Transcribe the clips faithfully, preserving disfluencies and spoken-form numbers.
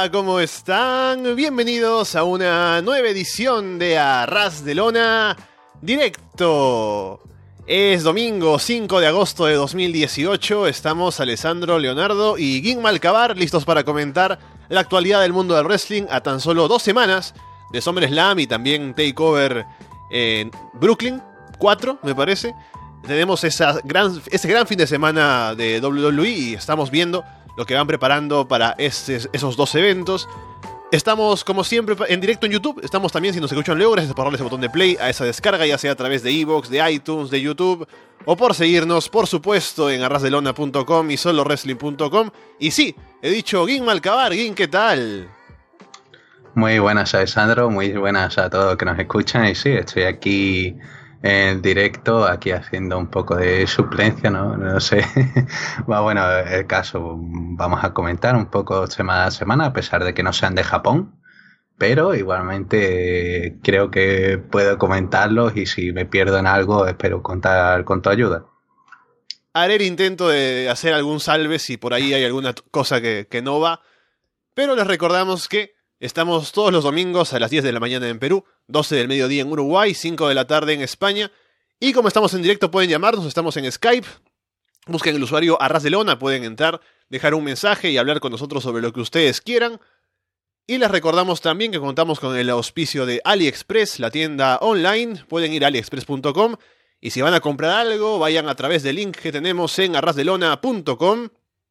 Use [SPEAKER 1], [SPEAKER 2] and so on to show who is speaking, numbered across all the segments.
[SPEAKER 1] Hola, ¿cómo están? Bienvenidos a una nueva edición de A Ras de Lona Directo. Es domingo cinco de agosto de dos mil dieciocho. Estamos Alessandro, Leonardo y Guim Malcabar listos para comentar la actualidad del mundo del wrestling a tan solo dos semanas de SummerSlam y también Takeover en Brooklyn cuatro, me parece. Tenemos esa gran, ese gran fin de semana de doble u doble u E y estamos viendo lo que van preparando para ese, esos dos eventos. Estamos, como siempre, en directo en YouTube. Estamos también, si nos escuchan luego, gracias por darle ese botón de play a esa descarga, ya sea a través de iVoox, de iTunes, de YouTube, o por seguirnos, por supuesto, en arrasdelona punto com y solo wrestling punto com. Y sí, he dicho Guim Malcabar. Guim, ¿qué tal?
[SPEAKER 2] Muy buenas, Alessandro, muy buenas a todos los que nos escuchan. Y sí, estoy aquí en directo, aquí haciendo un poco de suplencia, ¿no? No sé. Bueno, el caso, vamos a comentar un poco semana a semana, a pesar de que no sean de Japón, pero igualmente creo que puedo comentarlos y si me pierdo en algo, espero contar con tu ayuda.
[SPEAKER 1] Haré el intento de hacer algún salve si por ahí hay alguna cosa que, que no va, pero les recordamos que estamos todos los domingos a las diez de la mañana en Perú, doce del mediodía en Uruguay, cinco de la tarde en España. Y como estamos en directo pueden llamarnos, estamos en Skype. Busquen el usuario Arras de Lona, pueden entrar, dejar un mensaje y hablar con nosotros sobre lo que ustedes quieran. Y les recordamos también que contamos con el auspicio de AliExpress, la tienda online. Pueden ir a aliexpress punto com y si van a comprar algo, vayan a través del link que tenemos en arrasdelona punto com.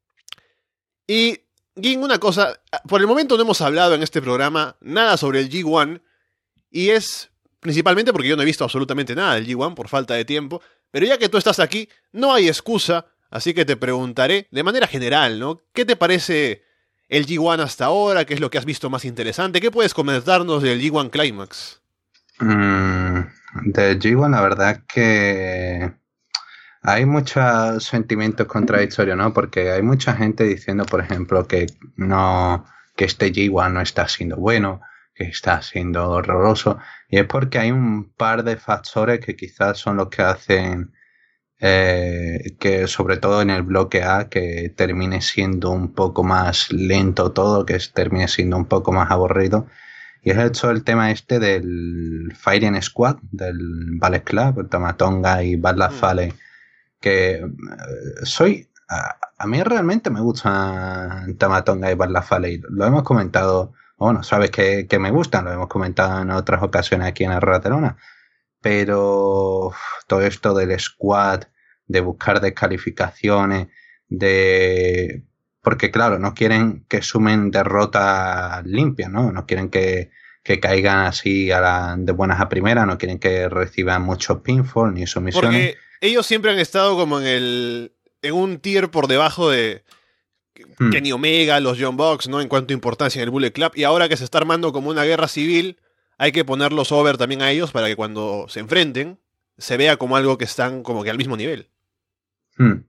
[SPEAKER 1] Y Guim, una cosa, por el momento no hemos hablado en este programa nada sobre el G uno, y es principalmente porque yo no he visto absolutamente nada del G uno por falta de tiempo, pero ya que tú estás aquí, no hay excusa, así que te preguntaré de manera general, ¿no? ¿Qué te parece el G uno hasta ahora? ¿Qué es lo que has visto más interesante? ¿Qué puedes comentarnos del G uno Climax?
[SPEAKER 2] Mm, del G uno, la verdad que hay muchos sentimientos contradictorios, ¿no? Porque hay mucha gente diciendo, por ejemplo, que no, que este G uno no está siendo bueno, que está siendo horroroso. Y es porque hay un par de factores que quizás son los que hacen eh, que, sobre todo en el bloque A, que termine siendo un poco más lento todo, que termine siendo un poco más aburrido. Y es hecho el tema este del Fighting Squad, del Ballet Club, Tama Tonga y Bad Luck Fale, que eh, soy a, a mí realmente me gustan Tama Tonga y Bad Luck Fale, lo hemos comentado, bueno, sabes que, que me gustan, lo hemos comentado en otras ocasiones aquí en el Barcelona, pero uf, todo esto del squad, de buscar descalificaciones, de porque claro, no quieren que sumen derrotas limpias, ¿no? No quieren que, que caigan así a la, de buenas a primeras, no quieren que reciban muchos pinfall ni sumisiones.
[SPEAKER 1] Porque ellos siempre han estado como en el en un tier por debajo de hmm. Kenny Omega, los Young Bucks, ¿no? En cuanto a importancia en el Bullet Club. Y ahora que se está armando como una guerra civil, hay que ponerlos over también a ellos para que cuando se enfrenten se vea como algo que están como que al mismo nivel.
[SPEAKER 2] Hmm.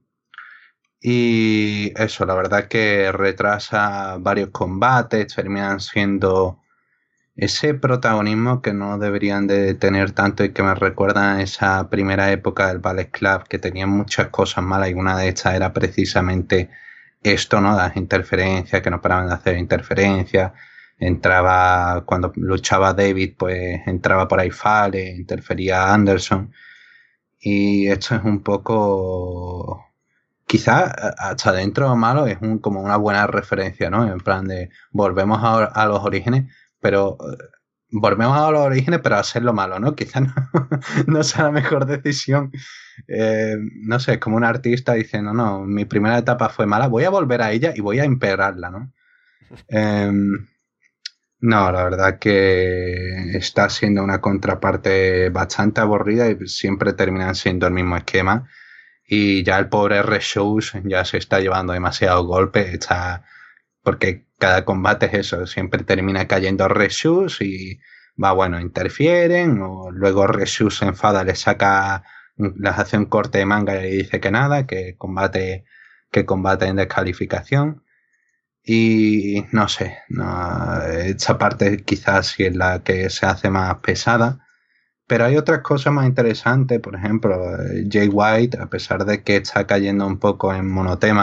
[SPEAKER 2] Y eso, la verdad que retrasa varios combates, terminan siendo ese protagonismo que no deberían de tener tanto y que me recuerda a esa primera época del Ballet Club, que tenían muchas cosas malas y una de estas era precisamente esto, ¿no? Las interferencias, que no paraban de hacer interferencias. Entraba, cuando luchaba David, pues entraba por ahí Fale, interfería Anderson. Y esto es un poco, quizás hasta dentro malo, es un, como una buena referencia, ¿no? En plan de volvemos a, a los orígenes, pero volvemos a los orígenes, pero a hacerlo malo, ¿no? Quizás no, no sea la mejor decisión. Eh, no sé, es como un artista diciendo, no, no, mi primera etapa fue mala, voy a volver a ella y voy a empeorarla, ¿no? Eh, no, la verdad que está siendo una contraparte bastante aburrida y siempre terminan siendo el mismo esquema. Y ya el pobre R-Shows ya se está llevando demasiado golpe, está, porque cada combate es eso, siempre termina cayendo R-Shows y va, bueno, interfieren, o luego R-Shows se enfada, le saca, les hace un corte de manga y le dice que nada, que combate, que combate en descalificación. Y no sé, no, esta parte quizás sí es la que se hace más pesada, pero hay otras cosas más interesantes. Por ejemplo, Jay White, a pesar de que está cayendo un poco en monotema,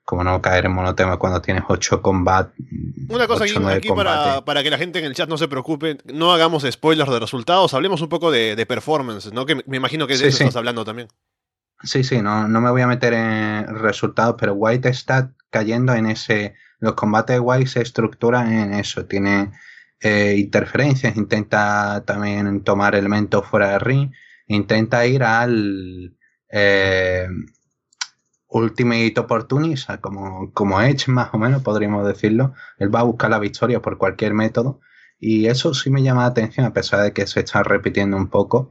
[SPEAKER 2] como no caer en monotema cuando tienes ocho combates.
[SPEAKER 1] Una cosa aquí, aquí para, para que la gente en el chat no se preocupe, no hagamos spoilers de resultados, hablemos un poco de, de performance, ¿no? Que me imagino que de sí, eso sí. estás hablando también.
[SPEAKER 2] Sí, sí, no, no me voy a meter en resultados, pero White está cayendo en ese... Los combates de White se estructuran en eso, tiene eh, interferencias, intenta también tomar elementos fuera del ring, intenta ir al... Eh, Ultimate Opportunist, como, como Edge más o menos podríamos decirlo. Él va a buscar la victoria por cualquier método y eso sí me llama la atención a pesar de que se está repitiendo un poco,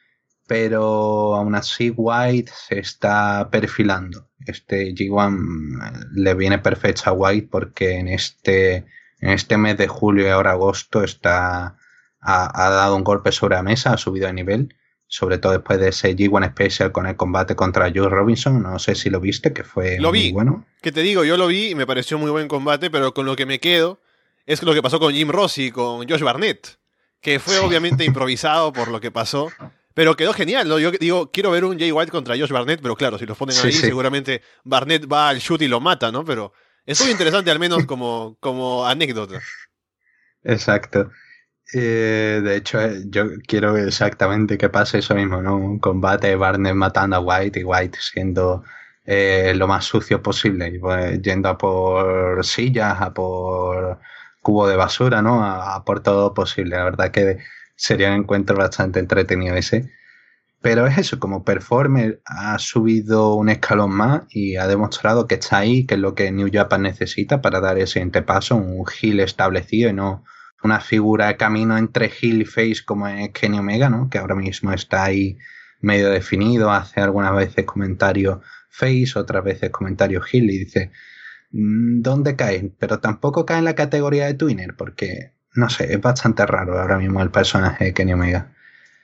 [SPEAKER 2] pero aún así White se está perfilando. Este G uno le viene perfecto a White porque en este, en este mes de julio y ahora agosto está, ha, ha dado un golpe sobre la mesa, ha subido de nivel, sobre todo después de ese G uno Special con el combate contra Juice Robinson. No sé si lo viste, que fue
[SPEAKER 1] lo
[SPEAKER 2] muy
[SPEAKER 1] vi.
[SPEAKER 2] bueno.
[SPEAKER 1] Que te digo, yo lo vi y me pareció muy buen combate, pero con lo que me quedo es lo que pasó con Jim Ross y con Josh Barnett, que fue sí. obviamente improvisado por lo que pasó, pero quedó genial, ¿no? Yo digo, quiero ver un Jay White contra Josh Barnett, pero claro, si los ponen sí, ahí, sí. seguramente Barnett va al shoot y lo mata, ¿no? Pero es muy interesante al menos como, como anécdota.
[SPEAKER 2] Exacto. Eh, de hecho, eh, yo quiero exactamente que pase eso mismo, ¿no? Un combate de Barnett matando a White y White siendo eh, lo más sucio posible, y pues, yendo a por sillas, a por cubo de basura, ¿no? A, a por todo posible. La verdad que sería un encuentro bastante entretenido ese. Pero es eso, como performer ha subido un escalón más y ha demostrado que está ahí, que es lo que New Japan necesita para dar ese siguiente paso, un heel establecido y no una figura de camino entre heel y face como es Kenny Omega, ¿no? Que ahora mismo está ahí medio definido, hace algunas veces comentarios face, otras veces comentarios heel y dice, ¿dónde cae? Pero tampoco cae en la categoría de twinner porque, no sé, es bastante raro ahora mismo el personaje de Kenny Omega.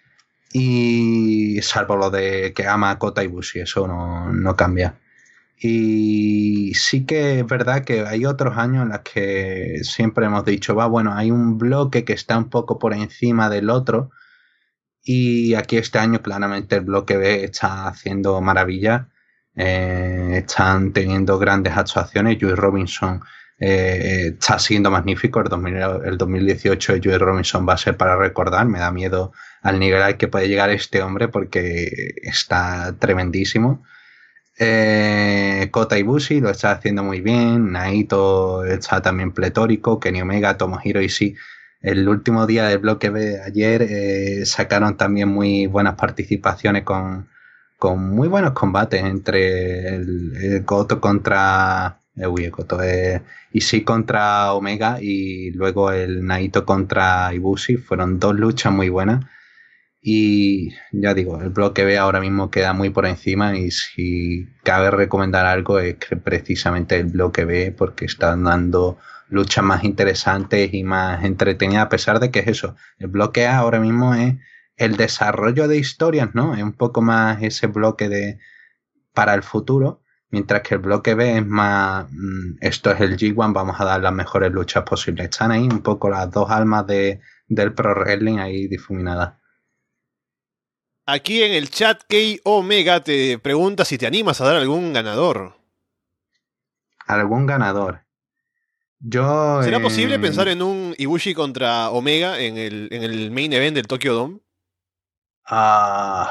[SPEAKER 2] Y salvo lo de que ama a Kota Ibushi, eso no, no cambia. Y sí que es verdad que hay otros años en los que siempre hemos dicho, va, bueno, hay un bloque que está un poco por encima del otro y aquí este año claramente el bloque B está haciendo maravillas, eh, están teniendo grandes actuaciones. Juice Robinson eh, está siendo magnífico, el, dos mil, el dos mil dieciocho de Juice Robinson va a ser para recordar, me da miedo al nivel al que puede llegar este hombre porque está tremendísimo. Eh, Kota Ibushi lo está haciendo muy bien, Naito está también pletórico, Kenny Omega, Tomohiro Ishii el último día del bloque B de ayer eh, sacaron también muy buenas participaciones con, con muy buenos combates entre el, el Goto contra eh, uy, el Goto, eh, Ishii contra Omega y luego el Naito contra Ibushi. Fueron dos luchas muy buenas. Y ya digo, el bloque B ahora mismo queda muy por encima y si cabe recomendar algo es que precisamente el bloque B, porque están dando luchas más interesantes y más entretenidas, a pesar de que es eso, el bloque A ahora mismo es el desarrollo de historias, ¿no? Es un poco más ese bloque de para el futuro, mientras que el bloque B es más, esto es el G uno, vamos a dar las mejores luchas posibles. Están ahí un poco las dos almas de, del pro wrestling ahí difuminadas.
[SPEAKER 1] Aquí en el chat, Kei Omega te pregunta si te animas a dar algún ganador.
[SPEAKER 2] ¿Algún ganador? Yo...
[SPEAKER 1] ¿Será
[SPEAKER 2] eh...
[SPEAKER 1] posible pensar en un Ibushi contra Omega en el, en el main event del Tokyo Dome?
[SPEAKER 2] Uh,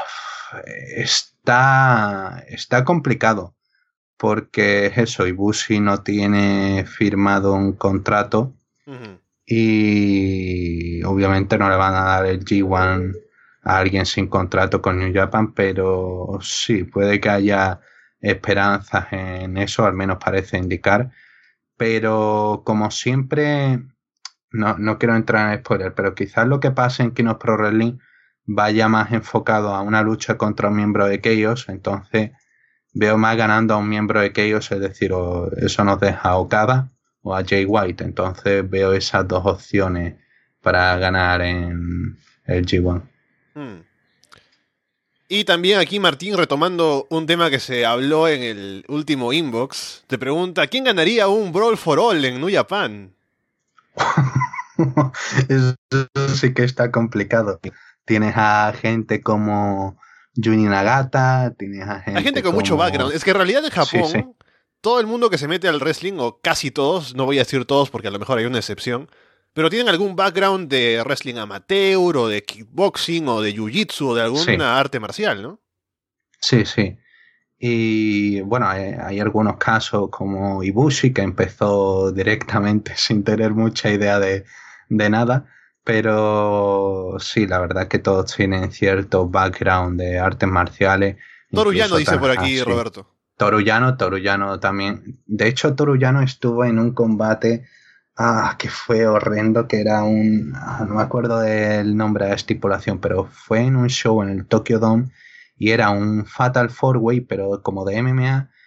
[SPEAKER 2] está, está complicado. Porque es eso, Ibushi no tiene firmado un contrato. Uh-huh. Y obviamente no le van a dar el G uno a alguien sin contrato con New Japan, pero sí, puede que haya esperanzas en eso, al menos parece indicar. Pero como siempre, no, no quiero entrar en spoiler, pero quizás lo que pase en King of Pro Wrestling vaya más enfocado a una lucha contra un miembro de Chaos, entonces veo más ganando a un miembro de Chaos, es decir, o eso nos deja a Okada o a Jay White, entonces veo esas dos opciones para ganar en el G uno. Hmm.
[SPEAKER 1] Y también aquí Martín, retomando un tema que se habló en el último inbox, te pregunta, ¿quién ganaría un Brawl for All en New Japan?
[SPEAKER 2] Eso sí que está complicado. Tienes a gente como Juni Nagata, tienes a gente
[SPEAKER 1] Hay gente con
[SPEAKER 2] como...
[SPEAKER 1] mucho background. Es que en realidad en Japón, sí, sí. todo el mundo que se mete al wrestling, o casi todos, no voy a decir todos porque a lo mejor hay una excepción, pero tienen algún background de wrestling amateur, o de kickboxing, o de jiu-jitsu, o de alguna sí. arte marcial, ¿no?
[SPEAKER 2] Sí, sí. Y bueno, hay, hay algunos casos como Ibushi, que empezó directamente sin tener mucha idea de, de nada, pero sí, la verdad es que todos tienen cierto background de artes marciales.
[SPEAKER 1] Toru Yano dice por aquí, ah, sí. Roberto.
[SPEAKER 2] Toru Yano, Toru Yano también. De hecho, Toru Yano estuvo en un combate ah, que fue horrendo, que era un... Ah, no me acuerdo del nombre de la estipulación, pero fue en un show en el Tokyo Dome y era un Fatal Four Way, pero como de M M A,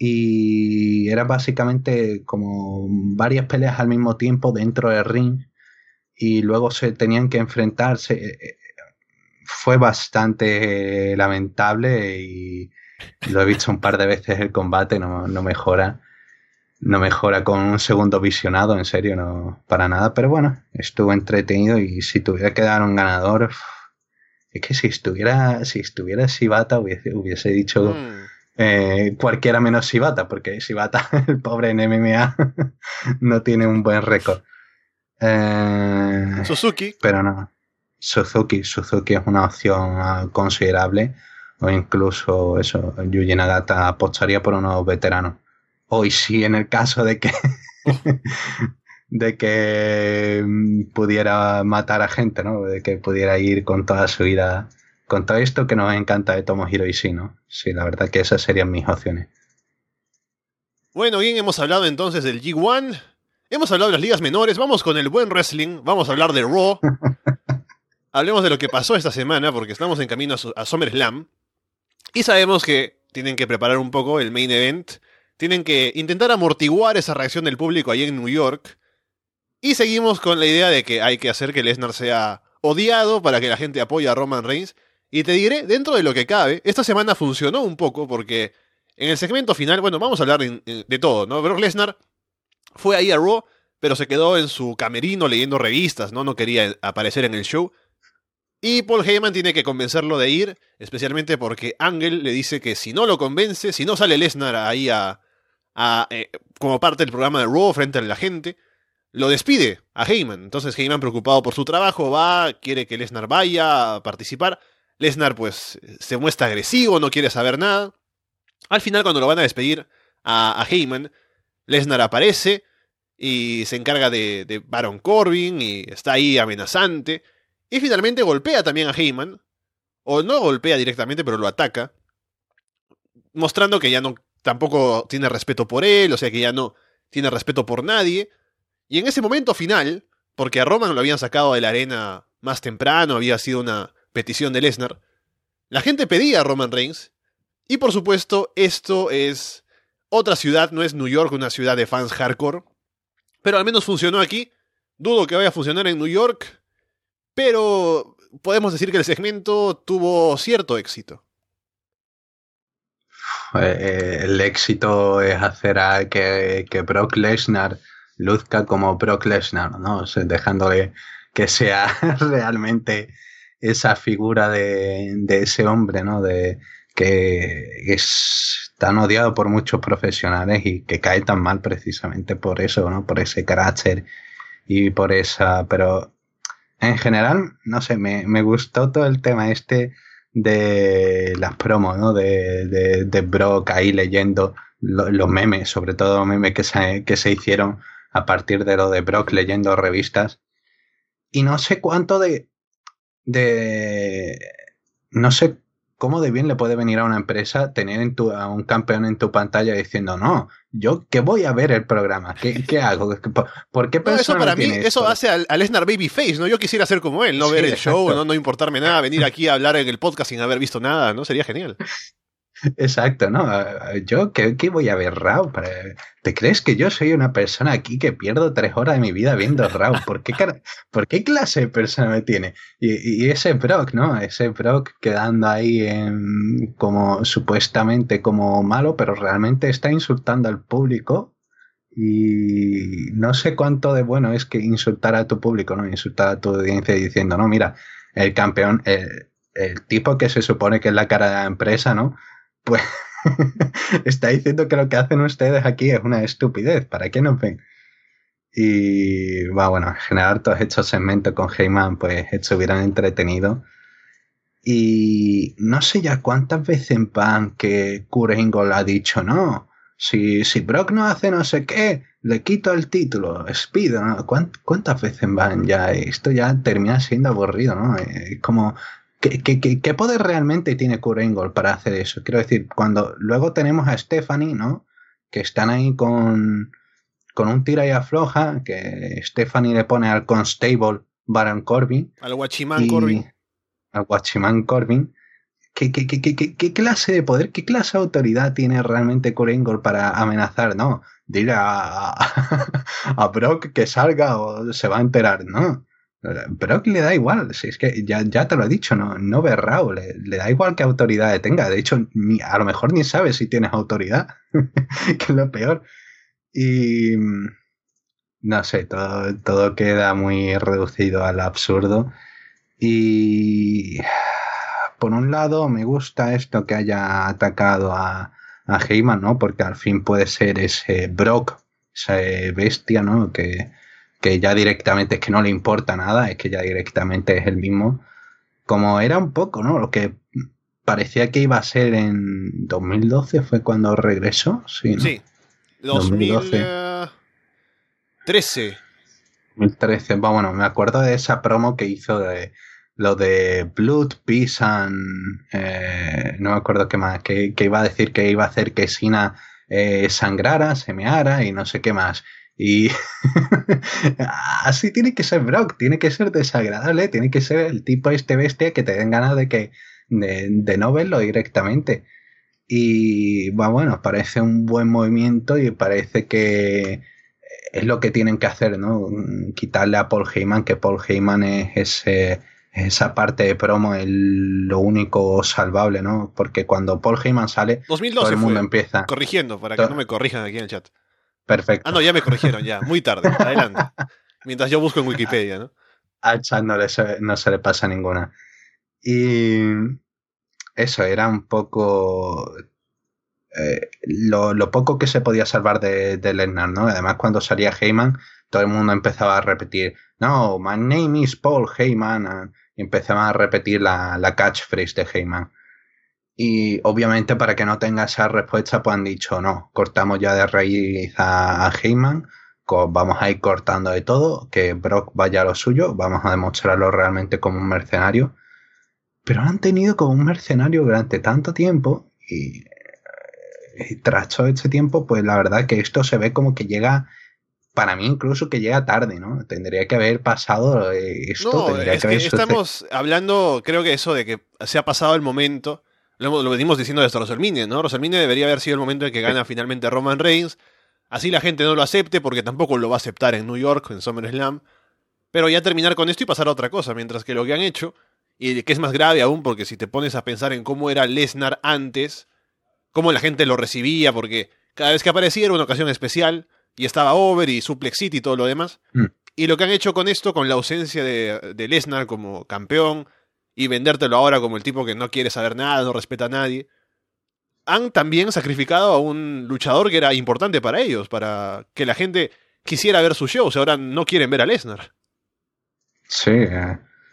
[SPEAKER 2] y era básicamente como varias peleas al mismo tiempo dentro del ring y luego se tenían que enfrentarse. Fue bastante lamentable y lo he visto un par de veces el combate, no, no mejora. No mejora con un segundo visionado, en serio, no para nada. Pero bueno, estuvo entretenido y si tuviera que dar un ganador, es que si estuviera si estuviera Shibata hubiese, hubiese dicho mm. eh, cualquiera menos Shibata, porque Shibata, el pobre en M M A, no tiene un buen récord. Eh,
[SPEAKER 1] Suzuki.
[SPEAKER 2] Pero no. Suzuki, Suzuki es una opción considerable, o incluso eso, Yuji Nagata apostaría por unos veteranos. Hoy sí, en el caso de que de que pudiera matar a gente, ¿no? De que pudiera ir con toda su vida, con todo esto que nos encanta de Tomohiro Ishii, ¿no? Sí, la verdad que esas serían mis opciones.
[SPEAKER 1] Bueno, bien, hemos hablado entonces del G uno, hemos hablado de las ligas menores, vamos con el buen wrestling, vamos a hablar de Raw. Hablemos de lo que pasó esta semana, porque estamos en camino a, a SummerSlam. Y sabemos que tienen que preparar un poco el main event. Tienen que intentar amortiguar esa reacción del público ahí en New York. Y seguimos con la idea de que hay que hacer que Lesnar sea odiado para que la gente apoye a Roman Reigns. Y te diré, dentro de lo que cabe, esta semana funcionó un poco porque en el segmento final, bueno, vamos a hablar de, de todo, ¿no? Brock Lesnar fue ahí a Raw, pero se quedó en su camerino leyendo revistas, ¿no? No quería aparecer en el show. Y Paul Heyman tiene que convencerlo de ir, especialmente porque Angle le dice que si no lo convence, si no sale Lesnar ahí a, a, eh, como parte del programa de Raw frente a la gente, lo despide a Heyman. Entonces Heyman, preocupado por su trabajo, va, quiere que Lesnar vaya a participar. Lesnar pues se muestra agresivo, no quiere saber nada. Al final, cuando lo van a despedir a, a Heyman, Lesnar aparece y se encarga de, de Baron Corbin y está ahí amenazante. Y finalmente golpea también a Heyman, o no golpea directamente, pero lo ataca, mostrando que ya no tampoco tiene respeto por él, o sea que ya no tiene respeto por nadie. Y en ese momento final, porque a Roman lo habían sacado de la arena más temprano, había sido una petición de Lesnar, la gente pedía a Roman Reigns, y por supuesto esto es otra ciudad, no es New York, una ciudad de fans hardcore, pero al menos funcionó aquí. Dudo que vaya a funcionar en New York, pero podemos decir que el segmento tuvo cierto éxito.
[SPEAKER 2] El éxito es hacer a que, que Brock Lesnar luzca como Brock Lesnar, ¿no? O sea, dejándole que sea realmente esa figura de, de ese hombre, ¿no? De que es tan odiado por muchos profesionales y que cae tan mal precisamente por eso, ¿no? Por ese carácter y por esa... pero en general, no sé, me, me gustó todo el tema este de las promos, ¿no? De, de, de Brock ahí leyendo lo, los memes, sobre todo memes que se, que se hicieron a partir de lo de Brock leyendo revistas. Y no sé cuánto de... de no sé cómo de bien le puede venir a una empresa tener en tu, a un campeón en tu pantalla diciendo, no, yo que voy a ver el programa, ¿qué, qué hago? ¿Por, ¿por qué persona
[SPEAKER 1] no, eso para mí,
[SPEAKER 2] tiene
[SPEAKER 1] eso
[SPEAKER 2] esto?
[SPEAKER 1] Hace al, al Lesnar Babyface, ¿no? Yo quisiera ser como él, no
[SPEAKER 2] Sí,
[SPEAKER 1] ver el
[SPEAKER 2] exacto.
[SPEAKER 1] show, no, no importarme nada, venir aquí a hablar en el podcast sin haber visto nada, ¿no? Sería genial.
[SPEAKER 2] Exacto, ¿no? Yo, ¿qué, qué voy a ver Raw? ¿Te crees que yo soy una persona aquí que pierdo tres horas de mi vida viendo Raw? ¿Por qué, cara... ¿Por qué clase de persona me tiene? Y, y ese Brock, ¿no? Ese Brock quedando ahí en, como supuestamente como malo, pero realmente está insultando al público. Y no sé cuánto de bueno es que insultar a tu público, ¿no? Insultar a tu audiencia diciendo, no, mira, el campeón, el, el tipo que se supone que es la cara de la empresa, ¿no? Pues Está diciendo que lo que hacen ustedes aquí es una estupidez. ¿Para qué nos ven? Y va, bueno, en general todos estos segmentos con Heyman pues estuvieron entretenidos. Y no sé ya cuántas veces en pan que Kurt Angle ha dicho, no, si, si Brock no hace no sé qué, le quito el título, Speed, ¿no? ¿Cuántas veces van ya? Esto ya termina siendo aburrido, ¿no? Es como, ¿qué, qué, qué, qué poder realmente tiene Kurt Angle para hacer eso? Quiero decir, cuando luego tenemos a Stephanie, ¿no? Que están ahí con, con un tira y afloja, que Stephanie le pone al Constable Baron Corbin.
[SPEAKER 1] Al Guachimán Corbin.
[SPEAKER 2] Al Guachimán Corbin. ¿Qué, qué, qué, qué, qué clase de poder, qué clase de autoridad tiene realmente Kurt Angle para amenazar? No, dile a, a, a Brock que salga o se va a enterar, ¿no? Brock le da igual, si es que ya, ya te lo he dicho, no, no ve Raw, le, le da igual qué autoridad tenga, de hecho ni, a lo mejor ni sabe si tienes autoridad, que es lo peor. Y no sé, todo, todo queda muy reducido al absurdo. Y por un lado me gusta esto que haya atacado a, a Heyman, ¿no? Porque al fin puede ser ese Brock, esa bestia, ¿no? Que, que ya directamente es que no le importa nada, es que ya directamente es el mismo. Como era un poco, ¿no? Lo que parecía que iba a ser en dos mil doce fue cuando regresó, sí, ¿no?
[SPEAKER 1] Sí, dos mil trece.
[SPEAKER 2] dos mil trece, bueno, me acuerdo de esa promo que hizo de lo de Blood, Peace and... Eh, no me acuerdo qué más, que, que iba a decir que iba a hacer que Cena eh, sangrara, se meara y no sé qué más. Y así tiene que ser Brock, tiene que ser desagradable, tiene que ser el tipo este bestia que te den ganas de, que, de, de no verlo directamente. Y bueno, parece un buen movimiento y parece que es lo que tienen que hacer, ¿no? Quitarle a Paul Heyman, que Paul Heyman es ese... esa parte de promo es lo único salvable, ¿no? Porque cuando Paul Heyman sale,
[SPEAKER 1] dos mil doce
[SPEAKER 2] todo el mundo
[SPEAKER 1] fue,
[SPEAKER 2] empieza...
[SPEAKER 1] Corrigiendo, para que no me corrijan aquí en el chat.
[SPEAKER 2] Perfecto.
[SPEAKER 1] Ah, no, ya me corrigieron, ya. Muy tarde. Adelante. Mientras yo busco en Wikipedia, ¿no?
[SPEAKER 2] Al chat no, le se, no se le pasa ninguna. Y eso, era un poco... Eh, lo, lo poco que se podía salvar de, de Lesnar, ¿no? Además, cuando salía Heyman, todo el mundo empezaba a repetir, no, my name is Paul Heyman, y empezaban a repetir la, la catchphrase de Heyman. Y obviamente para que no tenga esa respuesta, pues han dicho, no, cortamos ya de raíz a, a Heyman, vamos a ir cortando de todo, que Brock vaya a lo suyo, vamos a demostrarlo realmente como un mercenario. Pero han tenido como un mercenario durante tanto tiempo y, y tras todo este tiempo, pues la verdad que esto se ve como que llega... Para mí incluso que llega tarde, ¿no? Tendría que haber pasado esto.
[SPEAKER 1] No,
[SPEAKER 2] tendría
[SPEAKER 1] es
[SPEAKER 2] que,
[SPEAKER 1] que
[SPEAKER 2] haber
[SPEAKER 1] estamos
[SPEAKER 2] suced...
[SPEAKER 1] hablando, creo que eso de que se ha pasado el momento, lo, lo venimos diciendo desde WrestleMania, ¿no? WrestleMania debería haber sido el momento en que gana finalmente Roman Reigns, así la gente no lo acepte, porque tampoco lo va a aceptar en New York, en SummerSlam, pero ya terminar con esto y pasar a otra cosa, mientras que lo que han hecho, y que es más grave aún, porque si te pones a pensar en cómo era Lesnar antes, cómo la gente lo recibía, porque cada vez que aparecía era una ocasión especial, y estaba over y Suplex City y todo lo demás. Mm. Y lo que han hecho con esto, con la ausencia de, de Lesnar como campeón, y vendértelo ahora como el tipo que no quiere saber nada, no respeta a nadie, han también sacrificado a un luchador que era importante para ellos, para que la gente quisiera ver sus shows, ahora no quieren ver a Lesnar.
[SPEAKER 2] Sí, eh,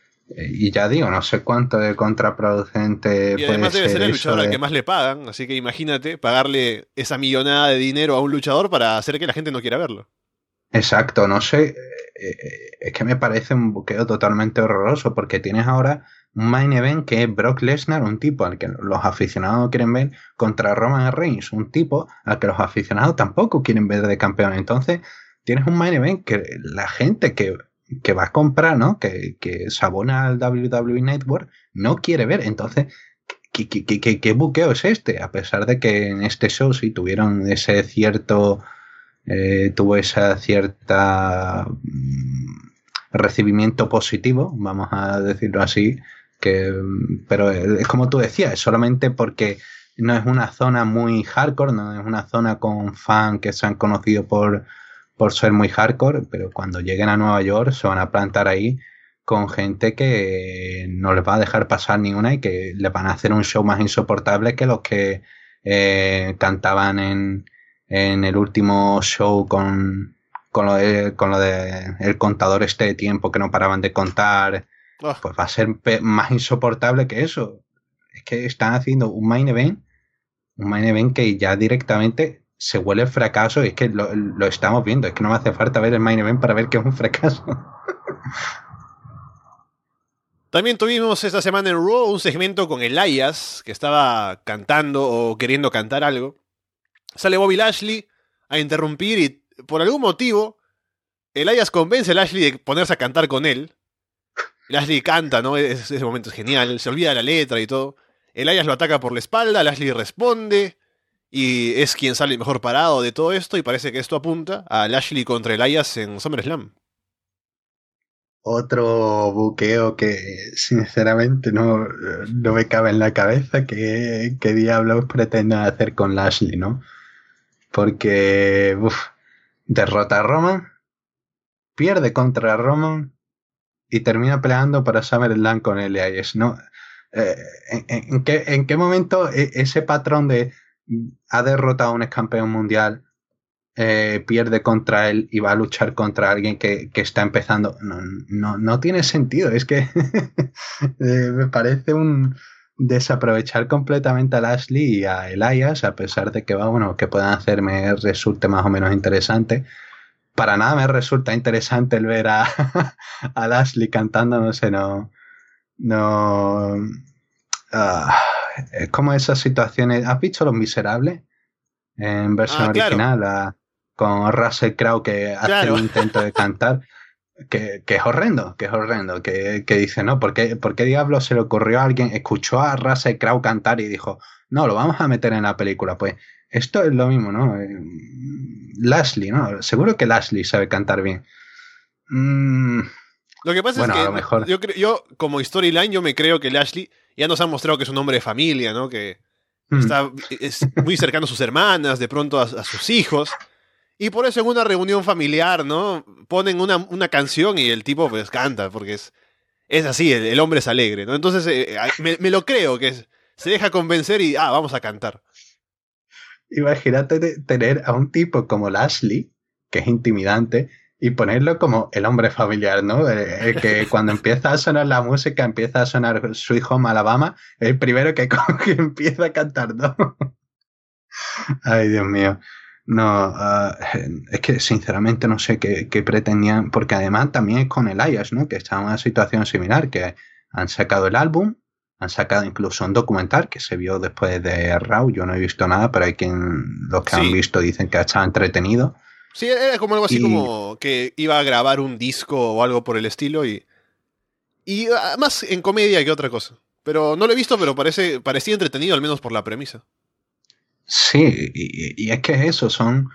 [SPEAKER 2] y ya digo, no sé cuánto de contraproducente
[SPEAKER 1] y además
[SPEAKER 2] puede
[SPEAKER 1] debe
[SPEAKER 2] ser
[SPEAKER 1] ser el luchador
[SPEAKER 2] de...
[SPEAKER 1] al que más le pagan, así que imagínate pagarle esa millonada de dinero a un luchador para hacer que la gente no quiera verlo.
[SPEAKER 2] Exacto, no sé, es que me parece un buqueo totalmente horroroso, porque tienes ahora un main event que es Brock Lesnar, un tipo al que los aficionados quieren ver, contra Roman Reigns, un tipo al que los aficionados tampoco quieren ver de campeón. Entonces tienes un main event que la gente que, que va a comprar, ¿no? Que, que se abona al W W E Network no quiere ver. Entonces, ¿qué, qué, qué, qué buqueo es este? A pesar de que en este show sí tuvieron ese cierto... Eh, tuvo esa cierta mm, recibimiento positivo, vamos a decirlo así, que, pero es como tú decías, es solamente porque no es una zona muy hardcore, no es una zona con fans que se han conocido por, por ser muy hardcore, pero cuando lleguen a Nueva York se van a plantar ahí con gente que no les va a dejar pasar ni una y que les van a hacer un show más insoportable que los que eh, cantaban en, en el último show con, con, lo de, con lo de el contador este de tiempo que no paraban de contar,
[SPEAKER 1] Oh.
[SPEAKER 2] pues va a ser más insoportable que eso. Es que están haciendo un main event, un main event que ya directamente se huele el fracaso, y es que lo, lo estamos viendo, es que no me hace falta ver el main event para ver que es un fracaso.
[SPEAKER 1] También tuvimos esta semana en Raw un segmento con Elias, que estaba cantando o queriendo cantar algo. Sale Bobby Lashley a interrumpir y por algún motivo Elias convence a Lashley de ponerse a cantar con él. Lashley canta, ¿no? Es, ese momento es genial, se olvida la letra y todo. Elias lo ataca por la espalda, Lashley responde y es quien sale mejor parado de todo esto, y parece que esto apunta a Lashley contra Elias en SummerSlam.
[SPEAKER 2] Otro buqueo que sinceramente no, no me cabe en la cabeza qué, qué diablos pretenden hacer con Lashley, ¿no? Porque uf, derrota a Roman, pierde contra Roman y termina peleando para SummerSlam con Elias, ¿no? Eh, ¿en, en, qué, ¿En qué momento ese patrón de ha derrotado a un ex campeón mundial, Eh, pierde contra él y va a luchar contra alguien que, que está empezando? No, no, no tiene sentido. Es que eh, me parece un desaprovechar completamente a Lashley y a Elias, a pesar de que, bueno, que puedan hacerme resulte más o menos interesante. Para nada me resulta interesante el ver a, a Lashley cantando, no sé, no... no uh, es como esas situaciones. ¿Has visto Los Miserables? En versión
[SPEAKER 1] Ah, claro.
[SPEAKER 2] original, a, con Russell Crowe que hace
[SPEAKER 1] Claro.
[SPEAKER 2] un intento de cantar, que, que es horrendo, que es horrendo, que, que dice, ¿no? ¿Por qué, ¿Por qué diablos se le ocurrió a alguien? Escuchó a Russell Crowe cantar y dijo, no, lo vamos a meter en la película. Pues esto es lo mismo, ¿no? Eh, Lashley, ¿no? Seguro que Lashley sabe cantar bien. Mm,
[SPEAKER 1] Lo que pasa
[SPEAKER 2] bueno,
[SPEAKER 1] es que
[SPEAKER 2] a lo mejor.
[SPEAKER 1] yo, cre- yo, como storyline, yo me creo que Lashley ya nos ha mostrado que es un hombre de familia, ¿no? Que
[SPEAKER 2] Mm.
[SPEAKER 1] está es muy cercano a sus hermanas, de pronto a, a sus hijos. Y por eso en una reunión familiar, ¿no? Ponen una, una canción y el tipo pues canta, porque es, es así, el, el hombre es alegre, ¿no? Entonces eh, me, me lo creo, que es- se deja convencer y, ah, vamos a cantar.
[SPEAKER 2] Imagínate de tener a un tipo como Lashley, que es intimidante, y ponerlo como el hombre familiar, ¿no? El, el que cuando empieza a sonar la música, empieza a sonar Sweet Home Alabama, el primero que coge y empieza a cantar, ¿no? Ay, Dios mío. No, uh, es que sinceramente no sé qué, qué pretendían, porque además también es con Elias, ¿no? Que está en una situación similar, que han sacado el álbum, han sacado incluso un documental que se vio después de Raw. Yo no he visto nada, pero hay quien, los que
[SPEAKER 1] Sí.
[SPEAKER 2] han visto dicen que ha estado entretenido.
[SPEAKER 1] Sí, era como algo así
[SPEAKER 2] Y-
[SPEAKER 1] como que iba a grabar un disco o algo por el estilo y... Y ah, más en comedia que otra cosa. Pero no lo he visto, pero parece parecía entretenido, al menos por la premisa.
[SPEAKER 2] Sí, y, y es que eso, son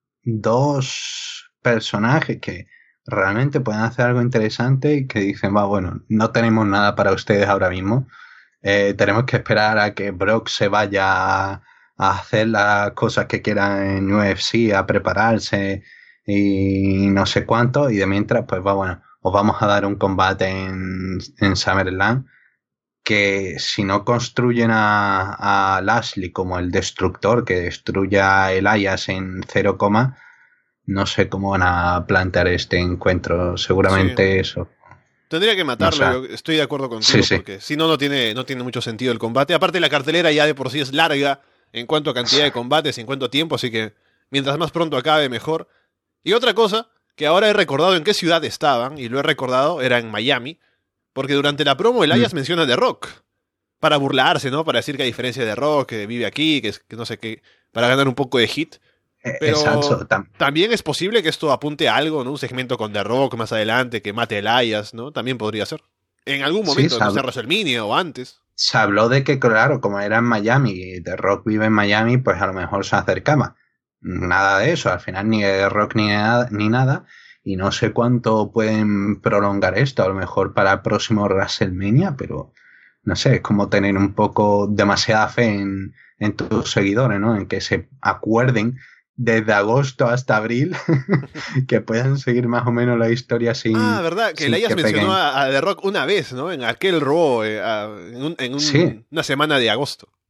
[SPEAKER 2] dos personajes que realmente pueden hacer algo interesante y que dicen, va, bueno, no tenemos nada para ustedes ahora mismo. Eh, tenemos que esperar a que Brock se vaya a, a hacer las cosas que quiera en U F C, a prepararse y no sé cuánto, y de mientras, pues va, bueno, os vamos a dar un combate en, en SummerSlam, que si no construyen a, a Lashley como el destructor que destruye a Elias en cero coma, no sé cómo van a plantear este encuentro. Seguramente
[SPEAKER 1] Sí.
[SPEAKER 2] eso.
[SPEAKER 1] Tendría que matarlo,
[SPEAKER 2] No sé.
[SPEAKER 1] yo estoy de acuerdo contigo,
[SPEAKER 2] Sí, sí.
[SPEAKER 1] porque si no, no tiene, no tiene mucho sentido el combate. Aparte, la cartelera ya de por sí es larga en cuanto a cantidad de combates, en cuanto a tiempo, así que mientras más pronto acabe, mejor. Y otra cosa, que ahora he recordado en qué ciudad estaban, y lo he recordado, era en Miami, porque durante la promo Elias
[SPEAKER 2] Mm.
[SPEAKER 1] menciona The Rock, para burlarse, ¿no? Para decir que a diferencia de Rock, que vive aquí, que, es- que no sé qué, para ganar un poco de hit.
[SPEAKER 2] Eh,
[SPEAKER 1] Pero
[SPEAKER 2] Exacto. Tam-
[SPEAKER 1] también es posible que esto apunte a algo, ¿no? Un segmento con The Rock más adelante, que mate a Elias, ¿no? También podría ser. En algún
[SPEAKER 2] Sí,
[SPEAKER 1] momento, no
[SPEAKER 2] sabe.
[SPEAKER 1] sé, WrestleMania o antes.
[SPEAKER 2] Se habló de que, claro, como era en Miami y The Rock vive en Miami, pues a lo mejor se acercaba. Nada de eso, al final ni The Rock ni, ni nada. Y no sé cuánto pueden prolongar esto, a lo mejor para el próximo WrestleMania, pero no sé, es como tener un poco demasiada fe en, en tus seguidores, ¿no? En que se acuerden desde agosto hasta abril que puedan seguir más o menos la historia sin,
[SPEAKER 1] Ah, ¿verdad? Que
[SPEAKER 2] sin
[SPEAKER 1] Elias
[SPEAKER 2] que
[SPEAKER 1] mencionó
[SPEAKER 2] peguen.
[SPEAKER 1] a, a The Rock una vez, ¿no? En aquel Raw, eh, a- en, un- en un-
[SPEAKER 2] Sí.
[SPEAKER 1] una semana de agosto.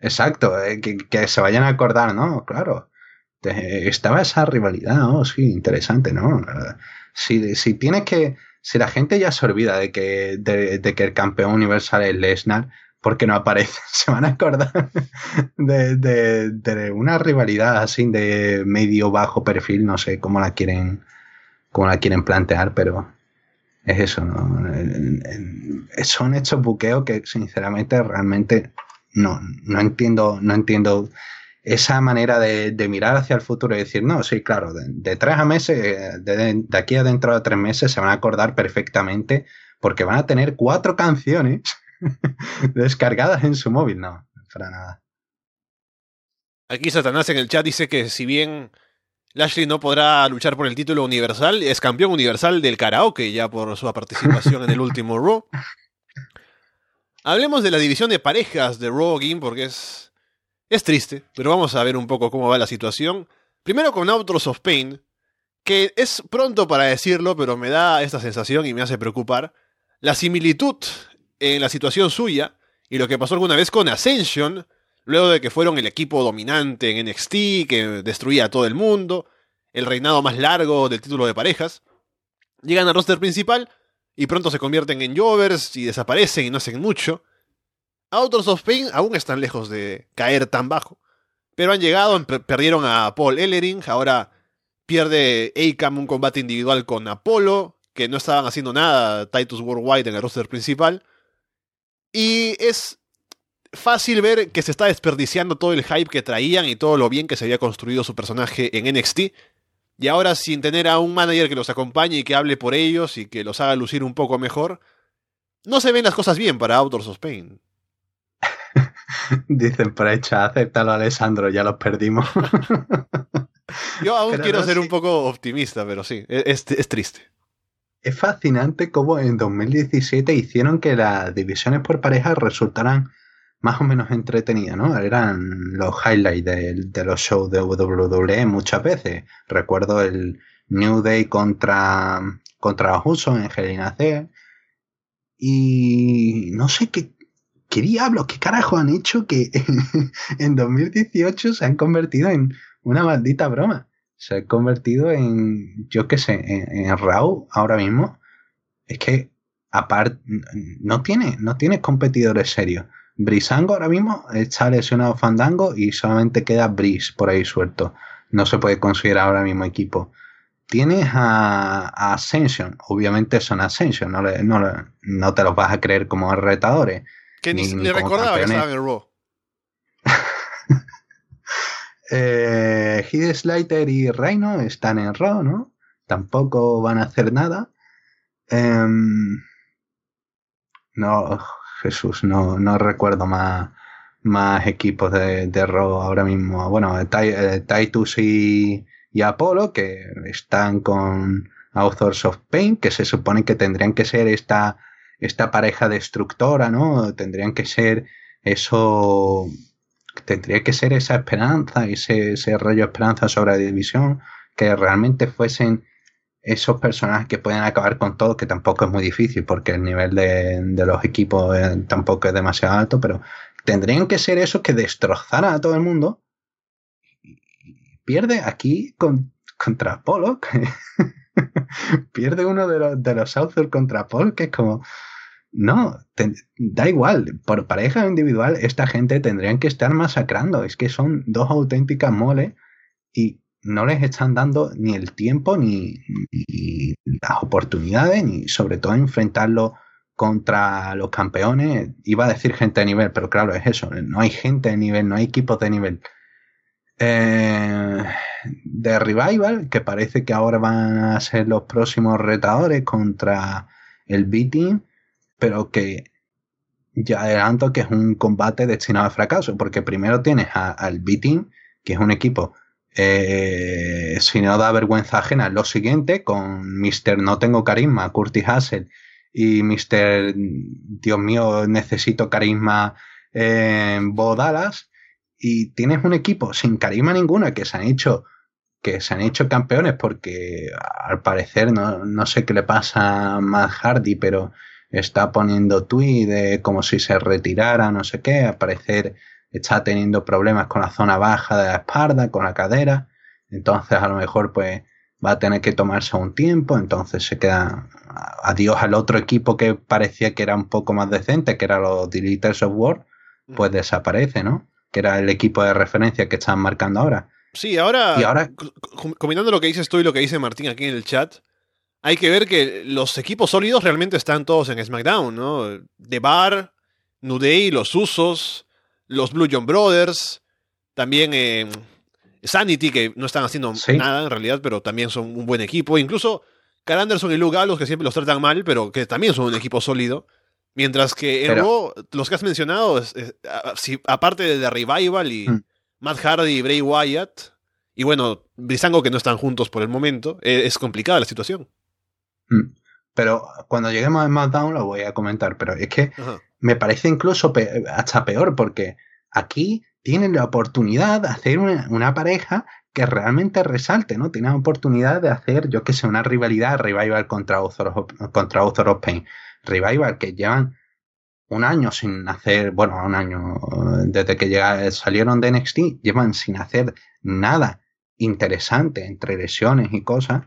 [SPEAKER 2] exacto, eh, que, que se vayan a acordar, ¿no? Claro. Te- estaba esa rivalidad, ¿no? Sí, interesante, ¿no? Eh, Si, si tienes que, si la gente ya se olvida de que, de, de que el campeón universal es Lesnar, porque no aparece, se van a acordar de, de, de una rivalidad así de medio bajo perfil, no sé cómo la quieren, cómo la quieren plantear, pero es eso, ¿no? En- en- Son hechos buqueos que sinceramente realmente no, no entiendo, no entiendo esa manera de, de mirar hacia el futuro y decir, no, sí, claro, de, de tres a meses, de, de aquí a dentro de tres meses se van a acordar perfectamente porque van a tener cuatro canciones descargadas en su móvil. No, para nada.
[SPEAKER 1] Aquí Satanás en el chat dice que si bien Lashley no podrá luchar por el título universal, es campeón universal del karaoke ya por su participación en el último Raw. Hablemos de la división de parejas de Raw Game porque es, es triste, pero vamos a ver un poco cómo va la situación. Primero con Authors of Pain, que es pronto para decirlo, pero me da esta sensación y me hace preocupar. La similitud en la situación suya y lo que pasó alguna vez con Ascension, luego de que fueron el equipo dominante en N X T, que destruía a todo el mundo, el reinado más largo del título de parejas, llegan al roster principal y pronto se convierten en jovers y desaparecen y no hacen mucho. Authors of Pain aún están lejos de caer tan bajo, pero han llegado, per- perdieron a Paul Ellering, ahora pierde Akam un combate individual con Apollo, que no estaban haciendo nada Titus Worldwide en el roster principal. Y es fácil ver que se está desperdiciando todo el hype que traían y todo lo bien que se había construido su personaje en N X T. Y ahora sin tener a un manager que los acompañe y que hable por ellos y que los haga lucir un poco mejor, no se ven las cosas bien para Authors of Pain.
[SPEAKER 2] Dicen por hecha, acéptalo, Alessandro, ya los perdimos.
[SPEAKER 1] Yo aún
[SPEAKER 2] Pero
[SPEAKER 1] quiero
[SPEAKER 2] no,
[SPEAKER 1] ser un
[SPEAKER 2] sí.
[SPEAKER 1] poco optimista, pero sí, es, es triste.
[SPEAKER 2] Es fascinante cómo en dos mil diecisiete hicieron que las divisiones por parejas resultaran más o menos entretenidas, ¿no? Eran los highlights de, de los shows de W W E muchas veces. Recuerdo el New Day contra, contra los Usos en Hell in a Cell. Y no sé qué, qué diablos, qué carajo han hecho que en dos mil dieciocho se han convertido en una maldita broma. Se han convertido en, yo qué sé, en, en Raw ahora mismo. Es que, aparte, no tiene, no tiene competidores serios. Brisango ahora mismo está lesionado Fandango y solamente queda Breeze por ahí suelto. No se puede considerar ahora mismo equipo. Tienes a, a Ascension, obviamente son Ascension, no, le, no, le, no te los vas a creer como retadores,
[SPEAKER 1] Que ni
[SPEAKER 2] ni, ni
[SPEAKER 1] le
[SPEAKER 2] como
[SPEAKER 1] recordaba que
[SPEAKER 2] campeones.
[SPEAKER 1] estaban en Raw.
[SPEAKER 2] eh, Heath Slater y Reino están en Raw, ¿no? Tampoco van a hacer nada. Eh, no, Jesús, no, no recuerdo más, más equipos de, de Raw ahora mismo. Bueno, Tai- Titus y, y Apollo, que están con Authors of Pain, que se supone que tendrían que ser esta, esta pareja destructora, ¿no? Tendrían que ser eso, tendría que ser esa esperanza, ese, ese rayo de esperanza sobre la división, que realmente fuesen esos personajes que pueden acabar con todo, que tampoco es muy difícil porque el nivel de, de los equipos eh, tampoco es demasiado alto, pero tendrían que ser esos que destrozaran a todo el mundo. Pierde aquí con, contra Polo, pierde uno de los, de los Southern contra Paul, que es como, no, te, da igual, por pareja o individual, esta gente tendrían que estar masacrando, es que son dos auténticas moles y no les están dando ni el tiempo ni, ni las oportunidades, ni sobre todo enfrentarlo contra los campeones. Iba a decir gente de nivel, pero claro, es eso, no hay gente de nivel, no hay equipos de nivel. Eh, de Revival, que parece que ahora van a ser los próximos retadores contra el B-Team, pero que ya adelanto que es un combate destinado al fracaso, porque primero tienes a, al B-Team, que es un equipo, eh, si no da vergüenza ajena, lo siguiente, con mister No Tengo Carisma, Curtis Hassel, y mister Dios mío, necesito carisma, eh, Bo Dallas, y tienes un equipo sin carisma ninguna que se han hecho que se han hecho campeones porque al parecer no, no sé qué le pasa a Matt Hardy, pero está poniendo tweet de como si se retirara, no sé qué, al parecer está teniendo problemas con la zona baja de la espalda, con la cadera, entonces a lo mejor pues va a tener que tomarse un tiempo, entonces se queda adiós al otro equipo que parecía que era un poco más decente, que era los Deleters of War, pues desaparece, ¿no? Que era el equipo de referencia que están marcando ahora.
[SPEAKER 1] Sí, ahora,
[SPEAKER 2] y ahora
[SPEAKER 1] combinando lo que dices tú y lo que dice Martín aquí en el chat, hay que ver que los equipos sólidos realmente están todos en SmackDown, ¿no? The Bar, New Day, los Usos, los Blue John Brothers, también eh, Sanity, que no están haciendo
[SPEAKER 2] ¿Sí?
[SPEAKER 1] nada en realidad, pero también son un buen equipo. Incluso Carl Anderson y Luke Gallows, que siempre los tratan mal, pero que también son un equipo sólido. Mientras que en Raw, los que has mencionado, es, es, a, si, aparte de The Revival y mm. Matt Hardy y Bray Wyatt, y bueno, Breezango, que no están juntos por el momento, es, es complicada la situación.
[SPEAKER 2] Mm. Pero cuando lleguemos a SmackDown lo voy a comentar, pero es que Ajá. me parece incluso pe- hasta peor, porque aquí tienen la oportunidad de hacer una, una pareja que realmente resalte, ¿no? Tienen la oportunidad de hacer, yo qué sé, una rivalidad, Revival contra Author of, contra Author of Pain. Revival que llevan un año sin hacer, bueno, un año, desde que llega, salieron de N X T, llevan sin hacer nada interesante entre lesiones y cosas.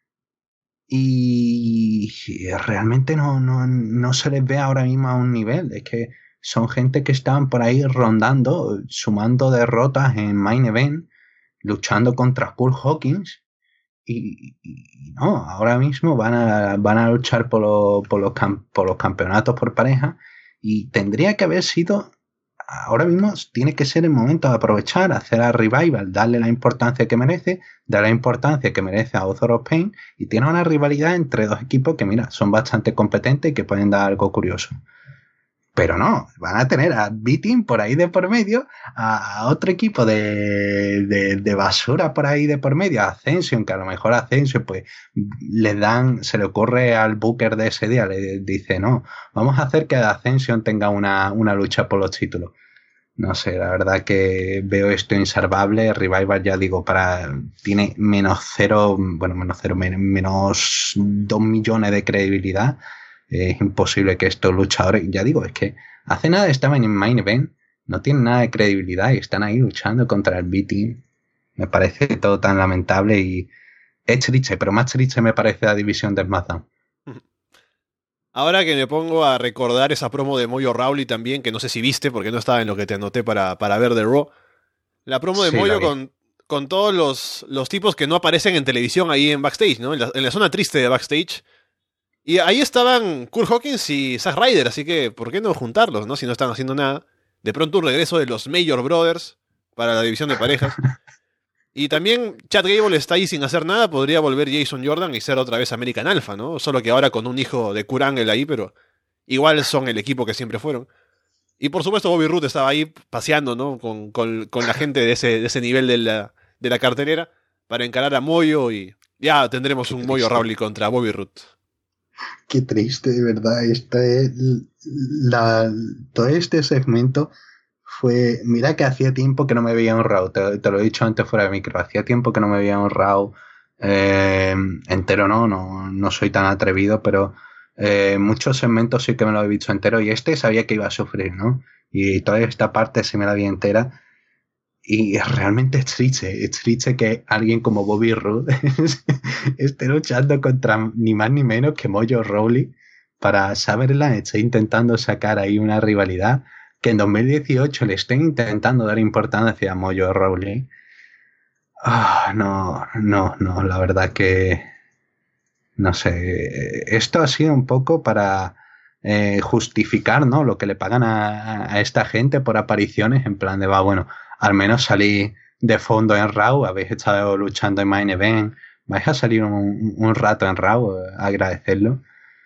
[SPEAKER 2] Y realmente no, no, no se les ve ahora mismo a un nivel. Es que son gente que están por ahí rondando, sumando derrotas en Main Event, luchando contra Curt Hawkins. Y, y no, ahora mismo van a, van a luchar por, lo, por, los cam, por los campeonatos por pareja. Y tendría que haber sido, ahora mismo tiene que ser el momento de aprovechar, hacer a Revival, darle la importancia que merece, darle la importancia que merece a Author of Pain, y tiene una rivalidad entre dos equipos que, mira, son bastante competentes y que pueden dar algo curioso. Pero no, van a tener a B-Team por ahí de por medio, a, a otro equipo de, de, de basura por ahí de por medio, a Ascension, que a lo mejor a Ascension pues le dan, se le ocurre al booker de ese día, le dice, no, vamos a hacer que Ascension tenga una, una lucha por los títulos. No sé, la verdad que veo esto insalvable. Revival, ya digo, para tiene menos cero, bueno, menos cero, menos dos millones de credibilidad. Es imposible que estos luchadores, ya digo, es que hace nada estaban en Main Event, no tienen nada de credibilidad y están ahí luchando contra el B-Team. Me parece todo tan lamentable y es triste, pero más triste me parece la división de SmackDown.
[SPEAKER 1] Ahora que me pongo a recordar esa promo de Mojo Rawley también, que no sé si viste porque no estaba en lo que te anoté para, para ver de Raw. La promo de sí, Mojo con, con todos los, los tipos que no aparecen en televisión ahí en backstage, ¿no? En la, en la zona triste de backstage. Y ahí estaban Curt Hawkins y Zack Ryder, así que ¿por qué no juntarlos, no? Si no están haciendo nada. De pronto un regreso de los Major Brothers para la división de parejas. Y también Chad Gable está ahí sin hacer nada, podría volver Jason Jordan y ser otra vez American Alpha, ¿no? Solo que ahora con un hijo de Kurt Angle ahí, pero igual son el equipo que siempre fueron. Y por supuesto Bobby Roode estaba ahí paseando, ¿no? Con, con, con la gente de ese, de ese nivel de la, de la cartelera para encarar a Mojo y ya tendremos un Mojo Rawley contra Bobby Roode.
[SPEAKER 2] Qué triste, de verdad. Este, la, todo este segmento fue... Mira que hacía tiempo que no me veía un Raw. Te, te lo he dicho antes fuera de micro. Hacía tiempo que no me veía un Raw eh, entero, ¿no? ¿no? No soy tan atrevido, pero eh, muchos segmentos sí que me lo he visto entero. Y este sabía que iba a sufrir, ¿no? Y toda esta parte se me la vi entera. Y realmente es triste, es triste que alguien como Bobby Roode esté luchando contra ni más ni menos que Mojo Rawley para Summerland, esté intentando sacar ahí una rivalidad, que en dos mil dieciocho le estén intentando dar importancia a Mojo Rawley. Ah, no, no, no, la verdad que no sé, esto ha sido un poco para eh, justificar, ¿no? Lo que le pagan a, a esta gente por apariciones, en plan de, va, bueno, al menos salí de fondo en Raw, habéis estado luchando en Main Event, vais a salir un, un rato en Raw, a agradecerlo.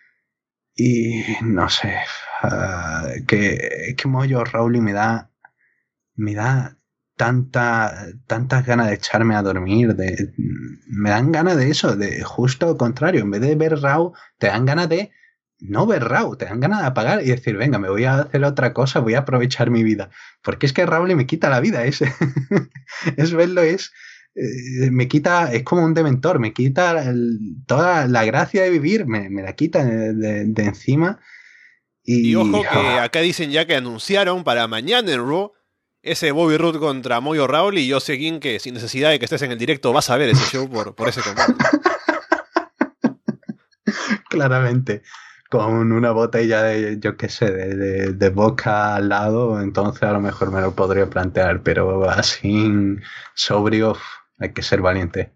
[SPEAKER 2] Y no sé, uh, que, que Mojo Rawley me da, me da tanta, tantas ganas de echarme a dormir, de, me dan ganas de eso, de justo lo contrario, en vez de ver Raw, te dan ganas de no ver Raw, te dan ganas de apagar y decir, venga, me voy a hacer otra cosa, voy a aprovechar mi vida. Porque es que Rawley me quita la vida, es, es verlo, es, eh, me quita, es como un dementor, me quita el, toda la gracia de vivir, me, me la quita de, de, de encima. Y,
[SPEAKER 1] y ojo que acá dicen ya que anunciaron para mañana en Raw ese Bobby Roode contra Mojo Rawley, y yo sé King que sin necesidad de que estés en el directo vas a ver ese show por, por ese combate.
[SPEAKER 2] Claramente. Con una botella de, yo qué sé, de, de, de vodka al lado, entonces a lo mejor me lo podría plantear, pero así sobrio, hay que ser valiente.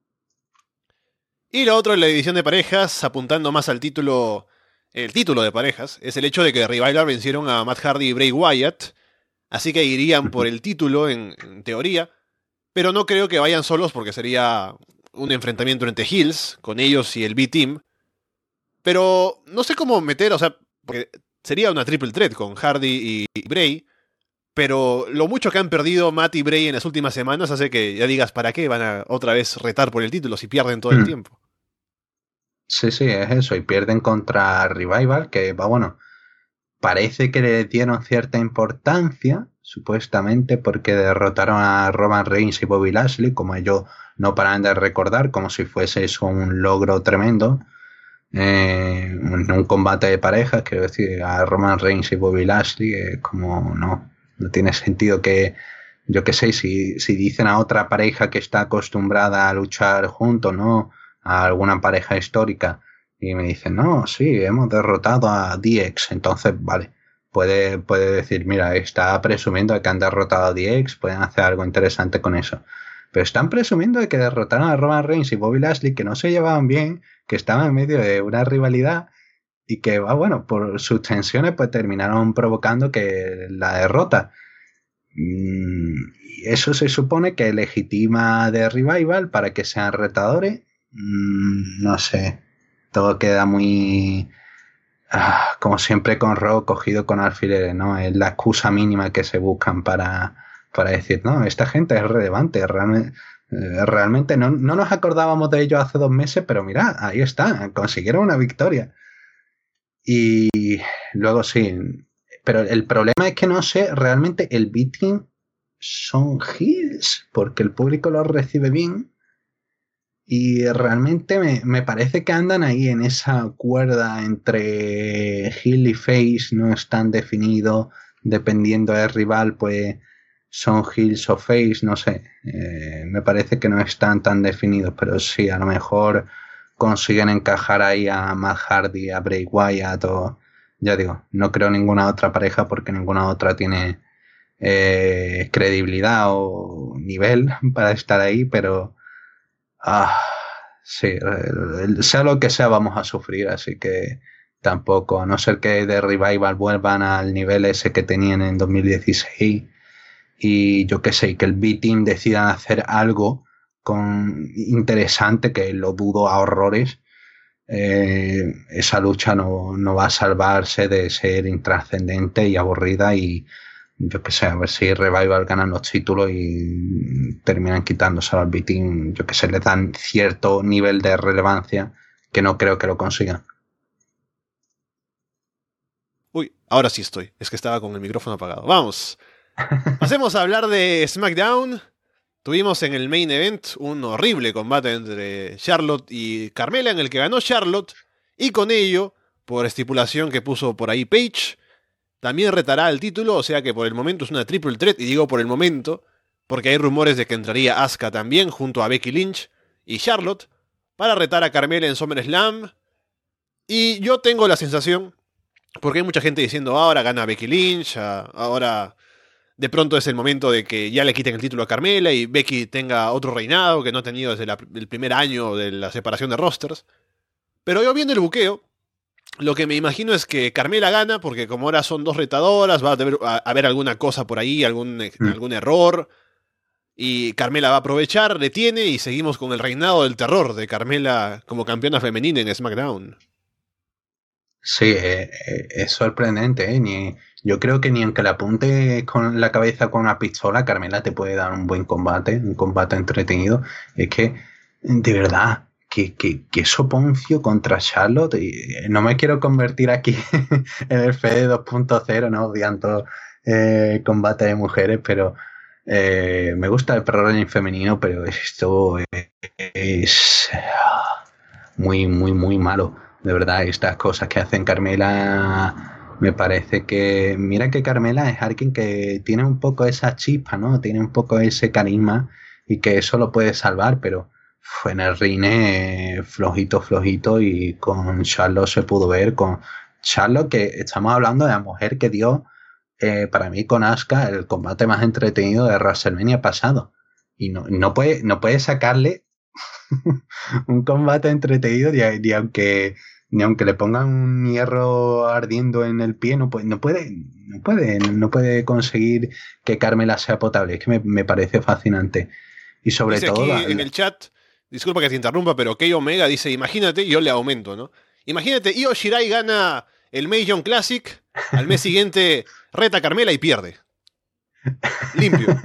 [SPEAKER 1] Y lo otro en la división de parejas, apuntando más al título, el título de parejas, es el hecho de que Revival vencieron a Matt Hardy y Bray Wyatt, así que irían por el título en, en teoría, pero no creo que vayan solos porque sería un enfrentamiento entre heels, con ellos y el B-Team. Pero no sé cómo meter, o sea, porque sería una triple threat con Hardy y Bray, pero lo mucho que han perdido Matt y Bray en las últimas semanas hace que ya digas, ¿para qué van a otra vez retar por el título si pierden todo el
[SPEAKER 2] Mm.
[SPEAKER 1] tiempo?
[SPEAKER 2] Sí, sí, es eso. Y pierden contra Revival, que va bueno. Parece que le dieron cierta importancia, supuestamente, porque derrotaron a Roman Reigns y Bobby Lashley, como ellos no paran de recordar, como si fuese eso un logro tremendo. Eh, en un combate de parejas, quiero decir, a Roman Reigns y Bobby Lashley, es como no, no tiene sentido que, yo qué sé, si, si dicen a otra pareja que está acostumbrada a luchar juntos, ¿no? A alguna pareja histórica, y me dicen, no, sí, hemos derrotado a D X, entonces, vale, puede, puede decir, mira, está presumiendo de que han derrotado a D X, pueden hacer algo interesante con eso. Pero están presumiendo de que derrotaron a Roman Reigns y Bobby Lashley, que no se llevaban bien, que estaban en medio de una rivalidad y que, ah, bueno, por sus tensiones pues terminaron provocando que la derrota. Mm, y eso se supone que legitima de Revival para que sean retadores. Mm, no sé, todo queda muy... Ah, como siempre con Raw cogido con alfileres, ¿no? Es la excusa mínima que se buscan para... para decir, no, esta gente es relevante, realmente, eh, realmente no, no nos acordábamos de ellos hace dos meses, pero mirad, ahí está, consiguieron una victoria. Y luego sí, pero el problema es que no sé, realmente el B-Team son heels, porque el público los recibe bien, y realmente me, me parece que andan ahí en esa cuerda entre heel y face, no están definidos, dependiendo del rival, pues son heels o face, no sé, eh, me parece que no están tan definidos, pero sí, a lo mejor consiguen encajar ahí a Matt Hardy, a Bray Wyatt, o ya digo, no creo ninguna otra pareja porque ninguna otra tiene eh, credibilidad o nivel para estar ahí, pero ah, sí, sea lo que sea vamos a sufrir, así que tampoco, a no ser que de Revival vuelvan al nivel ese que tenían en dos mil dieciséis y yo qué sé, que el B-Team decidan hacer algo con interesante, que lo dudo a horrores, eh, esa lucha no, no va a salvarse de ser intrascendente y aburrida, y yo qué sé, a ver si Revival ganan los títulos y terminan quitándose al B-Team, yo qué sé, les dan cierto nivel de relevancia que no creo que lo consigan.
[SPEAKER 1] Uy, ahora sí estoy, es que estaba con el micrófono apagado. Vamos. Pasemos a hablar de SmackDown. Tuvimos en el main event un horrible combate entre Charlotte y Carmela, en el que ganó Charlotte, y con ello, por estipulación que puso por ahí Paige, también retará el título, o sea que por el momento es una triple threat, y digo por el momento, porque hay rumores de que entraría Asuka también junto a Becky Lynch y Charlotte, para retar a Carmela en SummerSlam. Y yo tengo la sensación, porque hay mucha gente diciendo, ahora gana Becky Lynch, ahora... de pronto es el momento de que ya le quiten el título a Carmela y Becky tenga otro reinado que no ha tenido desde la, el primer año de la separación de rosters. Pero yo viendo el buqueo, lo que me imagino es que Carmela gana porque como ahora son dos retadoras, va a haber, a haber alguna cosa por ahí, algún, mm. algún error. Y Carmela va a aprovechar, detiene y seguimos con el reinado del terror de Carmela como campeona femenina en SmackDown.
[SPEAKER 2] Sí, eh, eh, es sorprendente, ¿eh? Ni, yo creo que ni aunque la apunte con la cabeza con una pistola, Carmela te puede dar un buen combate, un combate entretenido. Es que, de verdad, que, que, que soponcio contra Charlotte. Y no me quiero convertir aquí en el Fede dos punto cero, ¿no? Odiando eh, combate de mujeres, pero eh, me gusta el pro wrestling femenino, pero esto es, es muy, muy, muy malo. De verdad, estas cosas que hacen Carmela Me parece que, mira que Carmela es alguien que tiene un poco esa chispa, ¿no? Tiene un poco ese carisma y que eso lo puede salvar, pero fue en el ring eh, flojito, flojito y con Charlotte se pudo ver, con Charlotte que estamos hablando de la mujer que dio, eh, para mí con Asuka, el combate más entretenido de WrestleMania pasado. Y no, no, puede, no puede sacarle un combate entretenido ni, ni aunque ni aunque le pongan un hierro ardiendo en el pie, no puede, no puede, no puede, no puede conseguir que Carmela sea potable. Es que me, me parece fascinante. Y sobre
[SPEAKER 1] Dice
[SPEAKER 2] todo
[SPEAKER 1] aquí
[SPEAKER 2] la,
[SPEAKER 1] en
[SPEAKER 2] la...
[SPEAKER 1] el chat, disculpa que te interrumpa, pero Kei Omega dice, imagínate, yo le aumento, ¿no? Imagínate, Io Shirai gana el Mahjong Classic, al mes siguiente reta a Carmela y pierde. Limpio.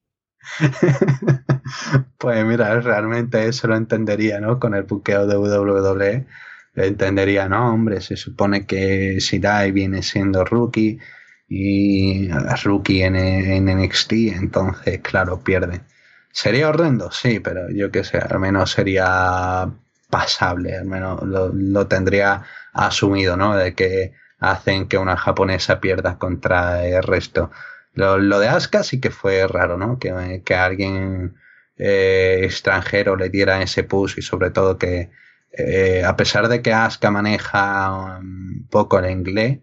[SPEAKER 2] Pues mira, realmente eso lo entendería, ¿no? Con el buqueo de W W E. Entendería, no, hombre, se supone que Shirai viene siendo rookie y rookie en, en N X T, entonces, claro, pierde. ¿Sería horrendo? Sí, pero yo qué sé, al menos sería pasable, al menos lo, lo tendría asumido, ¿no? De que hacen que una japonesa pierda contra el resto. Lo, lo de Asuka sí que fue raro, ¿no? Que, que alguien eh, extranjero le diera ese push y sobre todo que eh, a pesar de que Asuka maneja un poco el inglés,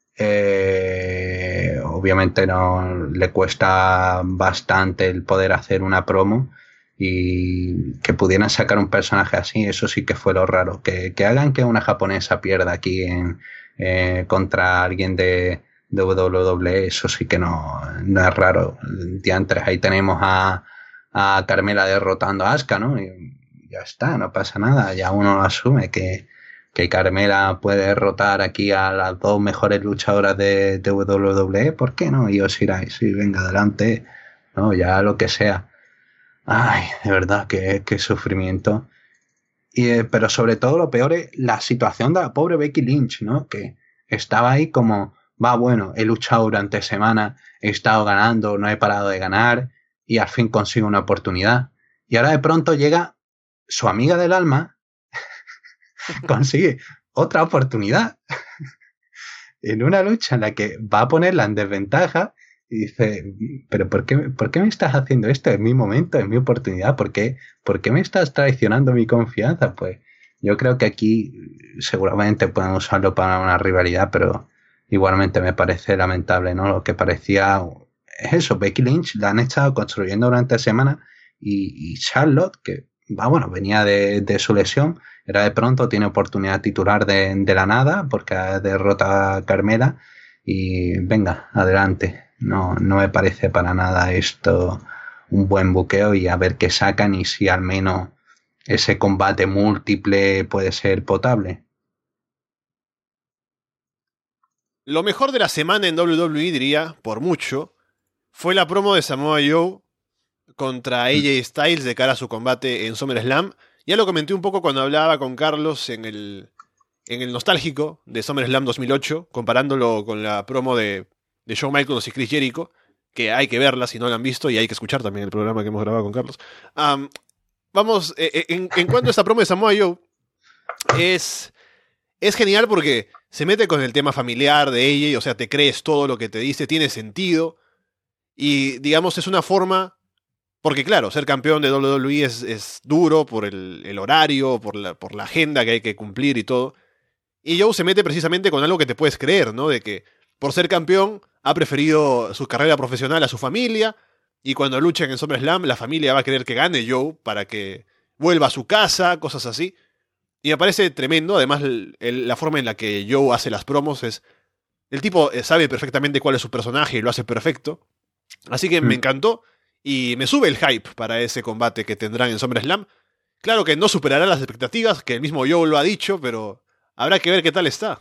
[SPEAKER 2] eh, obviamente no le cuesta bastante el poder hacer una promo y que pudieran sacar un personaje así, eso sí que fue lo raro. Que, que hagan que una japonesa pierda aquí en, eh, contra alguien de, de W W E, eso sí que no, no es raro. Diantres, ahí tenemos a, a Carmela derrotando a Asuka, ¿no? Y ya está, no pasa nada, ya uno lo asume que, que Carmela puede derrotar aquí a las dos mejores luchadoras de, de W W E, ¿por qué no? Y Io Shirai, sí, venga, adelante, no, ya lo que sea. Ay, de verdad, qué, qué sufrimiento. Y, eh, pero sobre todo lo peor es la situación de la pobre Becky Lynch, ¿no? Que estaba ahí como, va, bueno, he luchado durante semanas, he estado ganando, no he parado de ganar y al fin consigo una oportunidad. Y ahora de pronto llega su amiga del alma, consigue otra oportunidad en una lucha en la que va a ponerla en desventaja y dice, pero ¿por qué, ¿por qué me estás haciendo esto? Es mi momento, es mi oportunidad, ¿por qué, ¿por qué me estás traicionando mi confianza? Pues yo creo que aquí seguramente podemos usarlo para una rivalidad, pero igualmente me parece lamentable, ¿no? Lo que parecía es eso, Becky Lynch la han estado construyendo durante semanas y, y Charlotte, que va, bueno, venía de, de su lesión, era de pronto, tiene oportunidad titular de, de la nada porque derrota a Carmela y venga, adelante. No, no me parece para nada esto un buen buqueo y a ver qué sacan y si al menos ese combate múltiple puede ser potable.
[SPEAKER 1] Lo mejor de la semana en W W E, diría, por mucho, fue la promo de Samoa Joe contra A J Styles de cara a su combate en SummerSlam. Ya lo comenté un poco cuando hablaba con Carlos en el, en el nostálgico de SummerSlam dos mil ocho, comparándolo con la promo de, de Shawn Michaels y Chris Jericho, que hay que verla si no la han visto y hay que escuchar también el programa que hemos grabado con Carlos. Um, vamos, eh, en, en cuanto a esta promo de Samoa Joe, es, es genial porque se mete con el tema familiar de ella, o sea, te crees todo lo que te dice, tiene sentido, y digamos es una forma. Porque claro, ser campeón de W W E es, es duro por el, el horario, por la, por la agenda que hay que cumplir y todo. Y Joe se mete precisamente con algo que te puedes creer, ¿no? De que por ser campeón ha preferido su carrera profesional a su familia, y cuando luchan en SummerSlam la familia va a querer que gane Joe para que vuelva a su casa, cosas así. Y me parece tremendo, además el, el, la forma en la que Joe hace las promos es... El tipo sabe perfectamente cuál es su personaje y lo hace perfecto. Así que mm. me encantó. Y me sube el hype para ese combate que tendrán en SummerSlam. Claro que no superará las expectativas, que el mismo Joe lo ha dicho, pero habrá que ver qué tal está.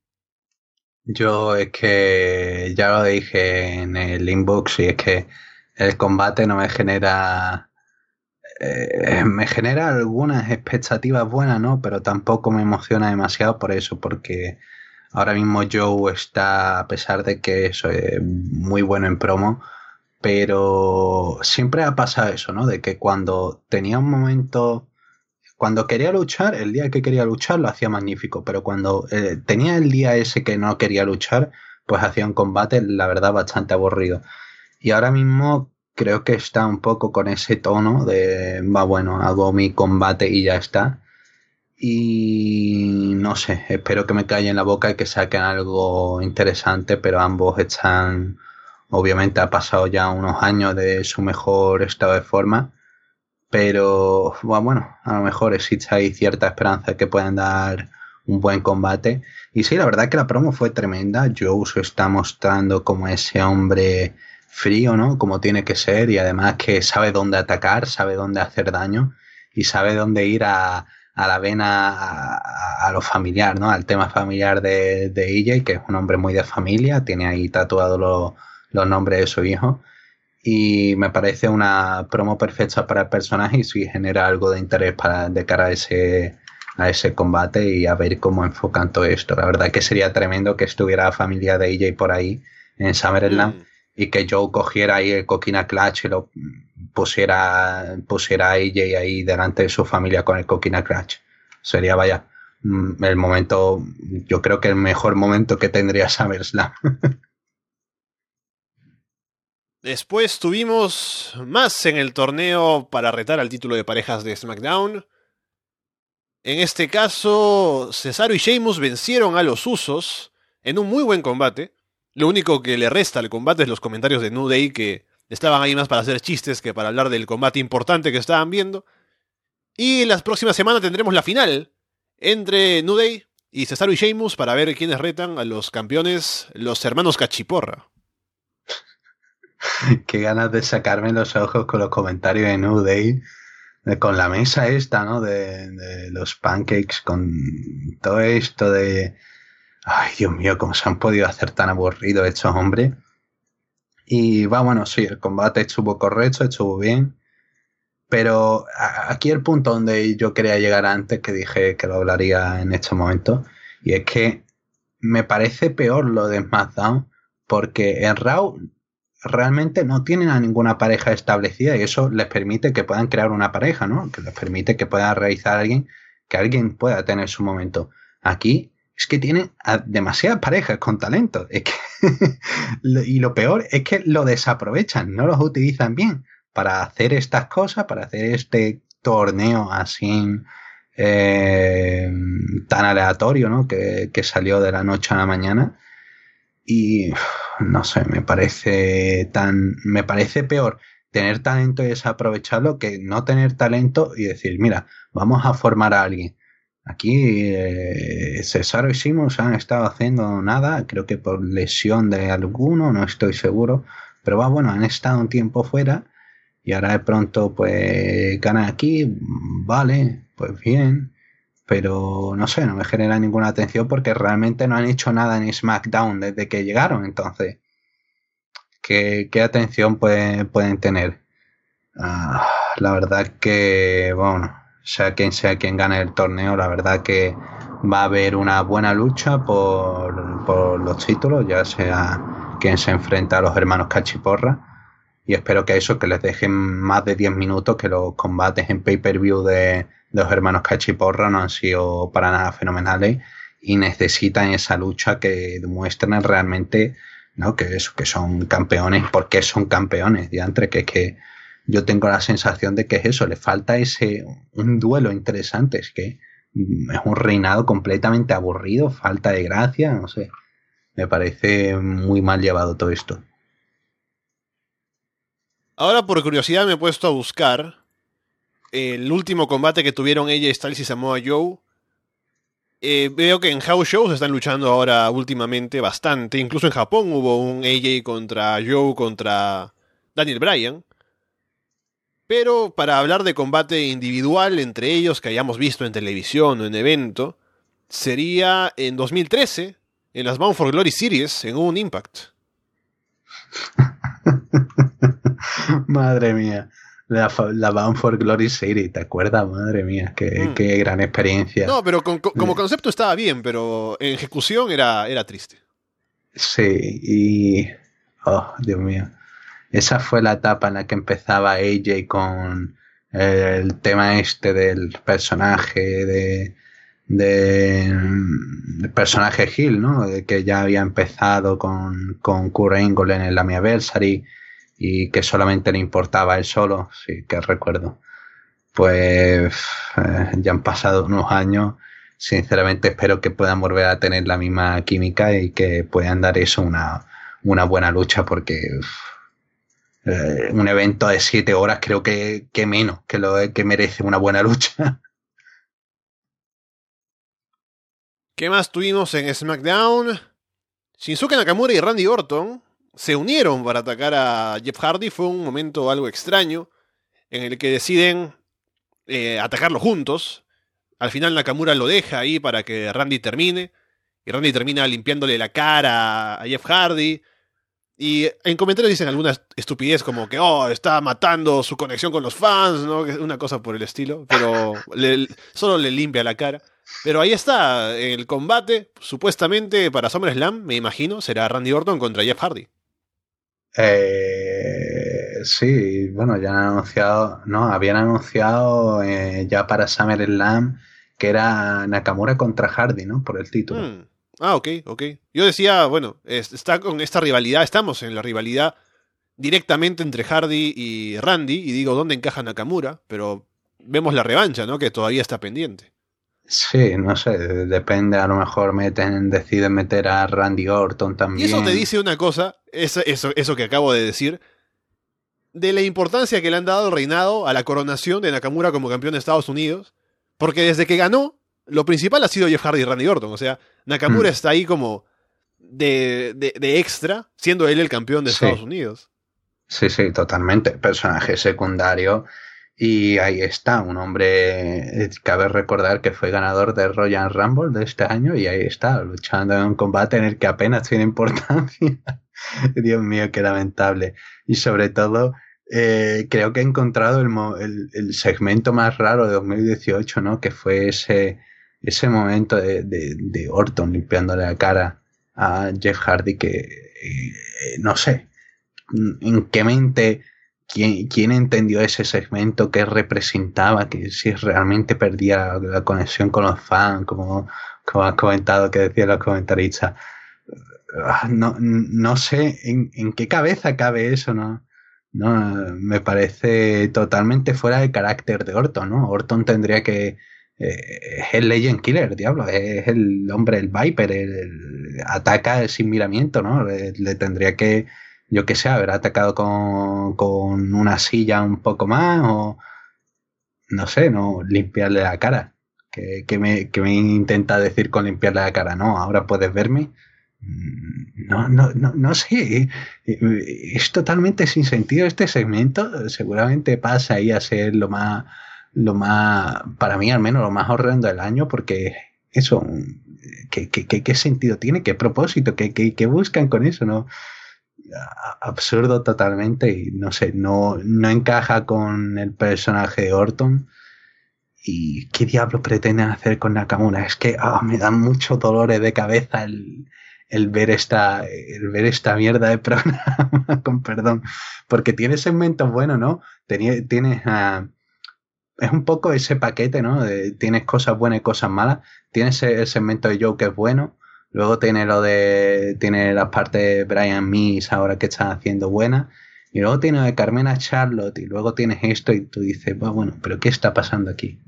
[SPEAKER 2] Yo es que ya lo dije en el inbox y es que el combate no me genera... Eh, me genera algunas expectativas buenas, ¿no? Pero tampoco me emociona demasiado por eso, porque ahora mismo Joe está, a pesar de que eso es muy bueno en promo, pero siempre ha pasado eso, ¿no? De que cuando tenía un momento cuando quería luchar, el día que quería luchar lo hacía magnífico, pero cuando eh, tenía el día ese que no quería luchar, pues hacía un combate, la verdad, bastante aburrido. Y ahora mismo creo que está un poco con ese tono de, va, bueno, hago mi combate y ya está. Y no sé, espero que me callen la boca y que saquen algo interesante, pero ambos están, obviamente ha pasado ya unos años de su mejor estado de forma, pero bueno, a lo mejor existe ahí cierta esperanza de que puedan dar un buen combate. Y sí, la verdad que la promo fue tremenda. Joe se está mostrando como ese hombre frío, ¿no? Como tiene que ser, y además que sabe dónde atacar, sabe dónde hacer daño y sabe dónde ir a, a la vena, a, a lo familiar, ¿no? Al tema familiar de, de E J, que es un hombre muy de familia, tiene ahí tatuados los, los nombres de su hijo. Y me parece una promo perfecta para el personaje y sí genera algo de interés para, de cara a ese, a ese combate y a ver cómo enfocan todo esto. La verdad que sería tremendo que estuviera la familia de E J por ahí en SummerSlam mm. y que Joe cogiera ahí el Coquina Clutch y lo pusiera, pusiera a E J ahí delante de su familia con el Coquina Clutch. Sería, vaya, el momento, yo creo que el mejor momento que tendría SummerSlam.
[SPEAKER 1] Después tuvimos más en el torneo para retar al título de parejas de SmackDown. En este caso, Cesaro y Sheamus vencieron a los Usos en un muy buen combate. Lo único que le resta al combate es los comentarios de New Day, que estaban ahí más para hacer chistes que para hablar del combate importante que estaban viendo. Y la próxima semana tendremos la final entre New Day y Cesaro y Sheamus para ver quiénes retan a los campeones, los hermanos Cachiporra.
[SPEAKER 2] Qué ganas de sacarme los ojos con los comentarios de New Day, de, con la mesa esta, ¿no? De, de los pancakes, con todo esto de... Ay, Dios mío, cómo se han podido hacer tan aburridos estos hombres. Y va, bueno, sí, el combate estuvo correcto, estuvo bien. Pero aquí el punto donde yo quería llegar antes, que dije que lo hablaría en este momento, y es que me parece peor lo de SmackDown, porque en Raw realmente no tienen a ninguna pareja establecida y eso les permite que puedan crear una pareja, ¿no? Que les permite que puedan realizar a alguien, que alguien pueda tener su momento. Aquí es que tienen a demasiadas parejas con talento. Es que y lo peor es que lo desaprovechan, no los utilizan bien para hacer estas cosas, para hacer este torneo así eh, tan aleatorio, ¿no? Que, que salió de la noche a la mañana. Y no sé, me parece tan, me parece peor tener talento y desaprovecharlo que no tener talento y decir, mira, vamos a formar a alguien. Aquí eh, Cesaro y Sheamus han estado haciendo nada, creo que por lesión de alguno, no estoy seguro, pero va, bueno, han estado un tiempo fuera y ahora de pronto pues ganan aquí, vale, pues bien. Pero no sé, no me genera ninguna atención porque realmente no han hecho nada en SmackDown desde que llegaron. Entonces, ¿qué, qué atención puede, pueden tener? Uh, la verdad que, bueno, sea quien sea quien gane el torneo, la verdad que va a haber una buena lucha por, por los títulos, ya sea quien se enfrenta a los hermanos Cachiporra. Y espero que eso, que les dejen más de diez minutos, que los combates en pay-per-view de... de los hermanos Cachiporra no han sido para nada fenomenales y necesitan esa lucha que demuestren realmente, ¿no? que, eso, que son campeones, porque son campeones, diantre, que es que yo tengo la sensación de que es eso, le falta ese un duelo interesante, es que es un reinado completamente aburrido, falta de gracia, no sé, me parece muy mal llevado todo esto.
[SPEAKER 1] Ahora por curiosidad me he puesto a buscar el último combate que tuvieron A J Styles y Samoa Joe. Eh, veo que en house shows están luchando ahora últimamente bastante. Incluso en Japón hubo un A J contra Joe contra Daniel Bryan. Pero para hablar de combate individual entre ellos que hayamos visto en televisión o en evento, sería en dos mil trece, en las Bound for Glory Series, en un Impact.
[SPEAKER 2] Madre mía. La, la Bound for Glory Series, ¿te acuerdas? Madre mía, qué, mm. qué gran experiencia.
[SPEAKER 1] No, pero con, con, como concepto estaba bien, pero en ejecución era, era triste.
[SPEAKER 2] Sí, y... Oh, Dios mío. Esa fue la etapa en la que empezaba A J con el tema este del personaje de, de el personaje Hill, ¿no? Que ya había empezado con, con Kurt Angle en el Slammiversary y que solamente le importaba él solo, sí que recuerdo. Pues eh, ya han pasado unos años. Sinceramente espero que puedan volver a tener la misma química y que puedan dar eso una, una buena lucha, porque uf, eh, un evento de siete horas creo que, que menos que lo que merece una buena lucha.
[SPEAKER 1] ¿Qué más tuvimos en SmackDown? Shinsuke Nakamura y Randy Orton se unieron para atacar a Jeff Hardy. Fue un momento algo extraño en el que deciden eh, atacarlo juntos. Al final Nakamura lo deja ahí para que Randy termine. Y Randy termina limpiándole la cara a Jeff Hardy. Y en comentarios dicen alguna estupidez como que oh, está matando su conexión con los fans, ¿no? Una cosa por el estilo. Pero le, solo le limpia la cara. Pero ahí está, el combate, supuestamente para SummerSlam, me imagino, será Randy Orton contra Jeff Hardy.
[SPEAKER 2] Eh, sí, bueno, ya han anunciado, no, habían anunciado eh, ya para SummerSlam que era Nakamura contra Hardy, ¿no? Por el título.
[SPEAKER 1] Mm. Ah, ok, ok. Yo decía, bueno, es, está con esta rivalidad, estamos en la rivalidad directamente entre Hardy y Randy, y digo, ¿dónde encaja Nakamura? Pero vemos la revancha, ¿no? Que todavía está pendiente.
[SPEAKER 2] Sí, no sé, depende, a lo mejor meten, deciden meter a Randy Orton también.
[SPEAKER 1] Y eso te dice una cosa, eso, eso, eso que acabo de decir, de la importancia que le han dado al reinado, a la coronación de Nakamura como campeón de Estados Unidos, porque desde que ganó, lo principal ha sido Jeff Hardy y Randy Orton, o sea, Nakamura mm. está ahí como de, de, de extra, siendo él el campeón de sí. Estados Unidos.
[SPEAKER 2] Sí, sí, totalmente, personaje secundario. Y ahí está, un hombre, cabe recordar que fue ganador del Royal Rumble de este año y ahí está, luchando en un combate en el que apenas tiene importancia. Dios mío, qué lamentable. Y sobre todo, eh, creo que he encontrado el, el, el segmento más raro de dos mil dieciocho, ¿no? Que fue ese, ese momento de, de, de Orton limpiándole la cara a Jeff Hardy que, eh, no sé, en qué mente... ¿Quién, ¿Quién entendió ese segmento? ¿Qué representaba? Que si realmente perdía la, la conexión con los fans, como, como has comentado, que decían los comentaristas. No, no sé en, en qué cabeza cabe eso, ¿no? No, me parece totalmente fuera de carácter de Orton, ¿no? Orton tendría que... Eh, es el Legend Killer, diablo, es el hombre, el Viper, el, el, ataca sin miramiento, ¿no? Le, le tendría que... yo que sé, haber atacado con, con una silla un poco más o no sé, no limpiarle la cara. ¿Qué, qué me, qué me intenta decir con limpiarle la cara? No, ahora puedes verme. No, no, no, no sé. Es totalmente sin sentido este segmento. Seguramente pasa ahí a ser lo más, lo más, para mí al menos, lo más horrendo del año, porque eso, ¿qué, qué, qué, qué sentido tiene? ¿Qué propósito? ¿Qué, qué, qué buscan con eso? ¿No? Absurdo totalmente y no sé, no, no encaja con el personaje de Orton. ¿Y qué diablos pretenden hacer con Nakamura? Es que oh, me dan muchos dolores de cabeza el, el ver esta el ver esta mierda de programa, con perdón, porque tiene segmentos buenos, ¿no? Tienes, tienes uh, es un poco ese paquete, ¿no? De, tienes cosas buenas y cosas malas. Tienes el segmento de Joe que es bueno. Luego tiene lo de, tiene las partes de Brian Miz ahora que están haciendo buenas. Y luego tiene lo de Carmena Charlotte. Y luego tienes esto y tú dices, bueno, bueno, pero ¿qué está pasando aquí?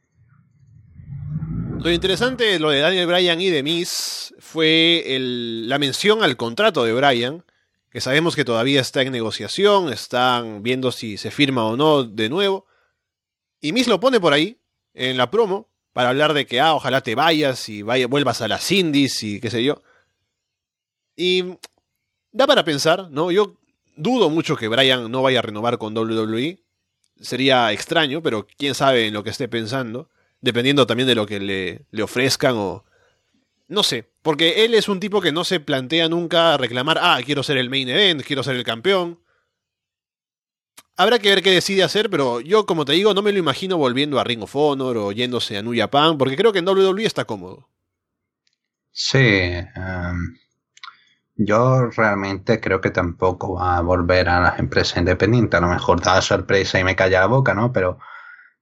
[SPEAKER 1] Lo interesante, lo de Daniel Bryan y de Miz, fue el, la mención al contrato de Bryan, que sabemos que todavía está en negociación, están viendo si se firma o no de nuevo. Y Miz lo pone por ahí, en la promo, para hablar de que, ah, ojalá te vayas y vaya, vuelvas a las indies y qué sé yo. Y da para pensar, ¿no? Yo dudo mucho que Bryan no vaya a renovar con doble u doble u E. Sería extraño, pero quién sabe en lo que esté pensando. Dependiendo también de lo que le, le ofrezcan o... No sé, porque él es un tipo que no se plantea nunca reclamar, ah, quiero ser el main event, quiero ser el campeón. Habrá que ver qué decide hacer, pero yo, como te digo, no me lo imagino volviendo a Ring of Honor o yéndose a New Japan, porque creo que en doble u doble u E está cómodo.
[SPEAKER 2] Sí, um, yo realmente creo que tampoco va a volver a las empresas independientes. A lo mejor da sorpresa y me calla la boca, ¿no? Pero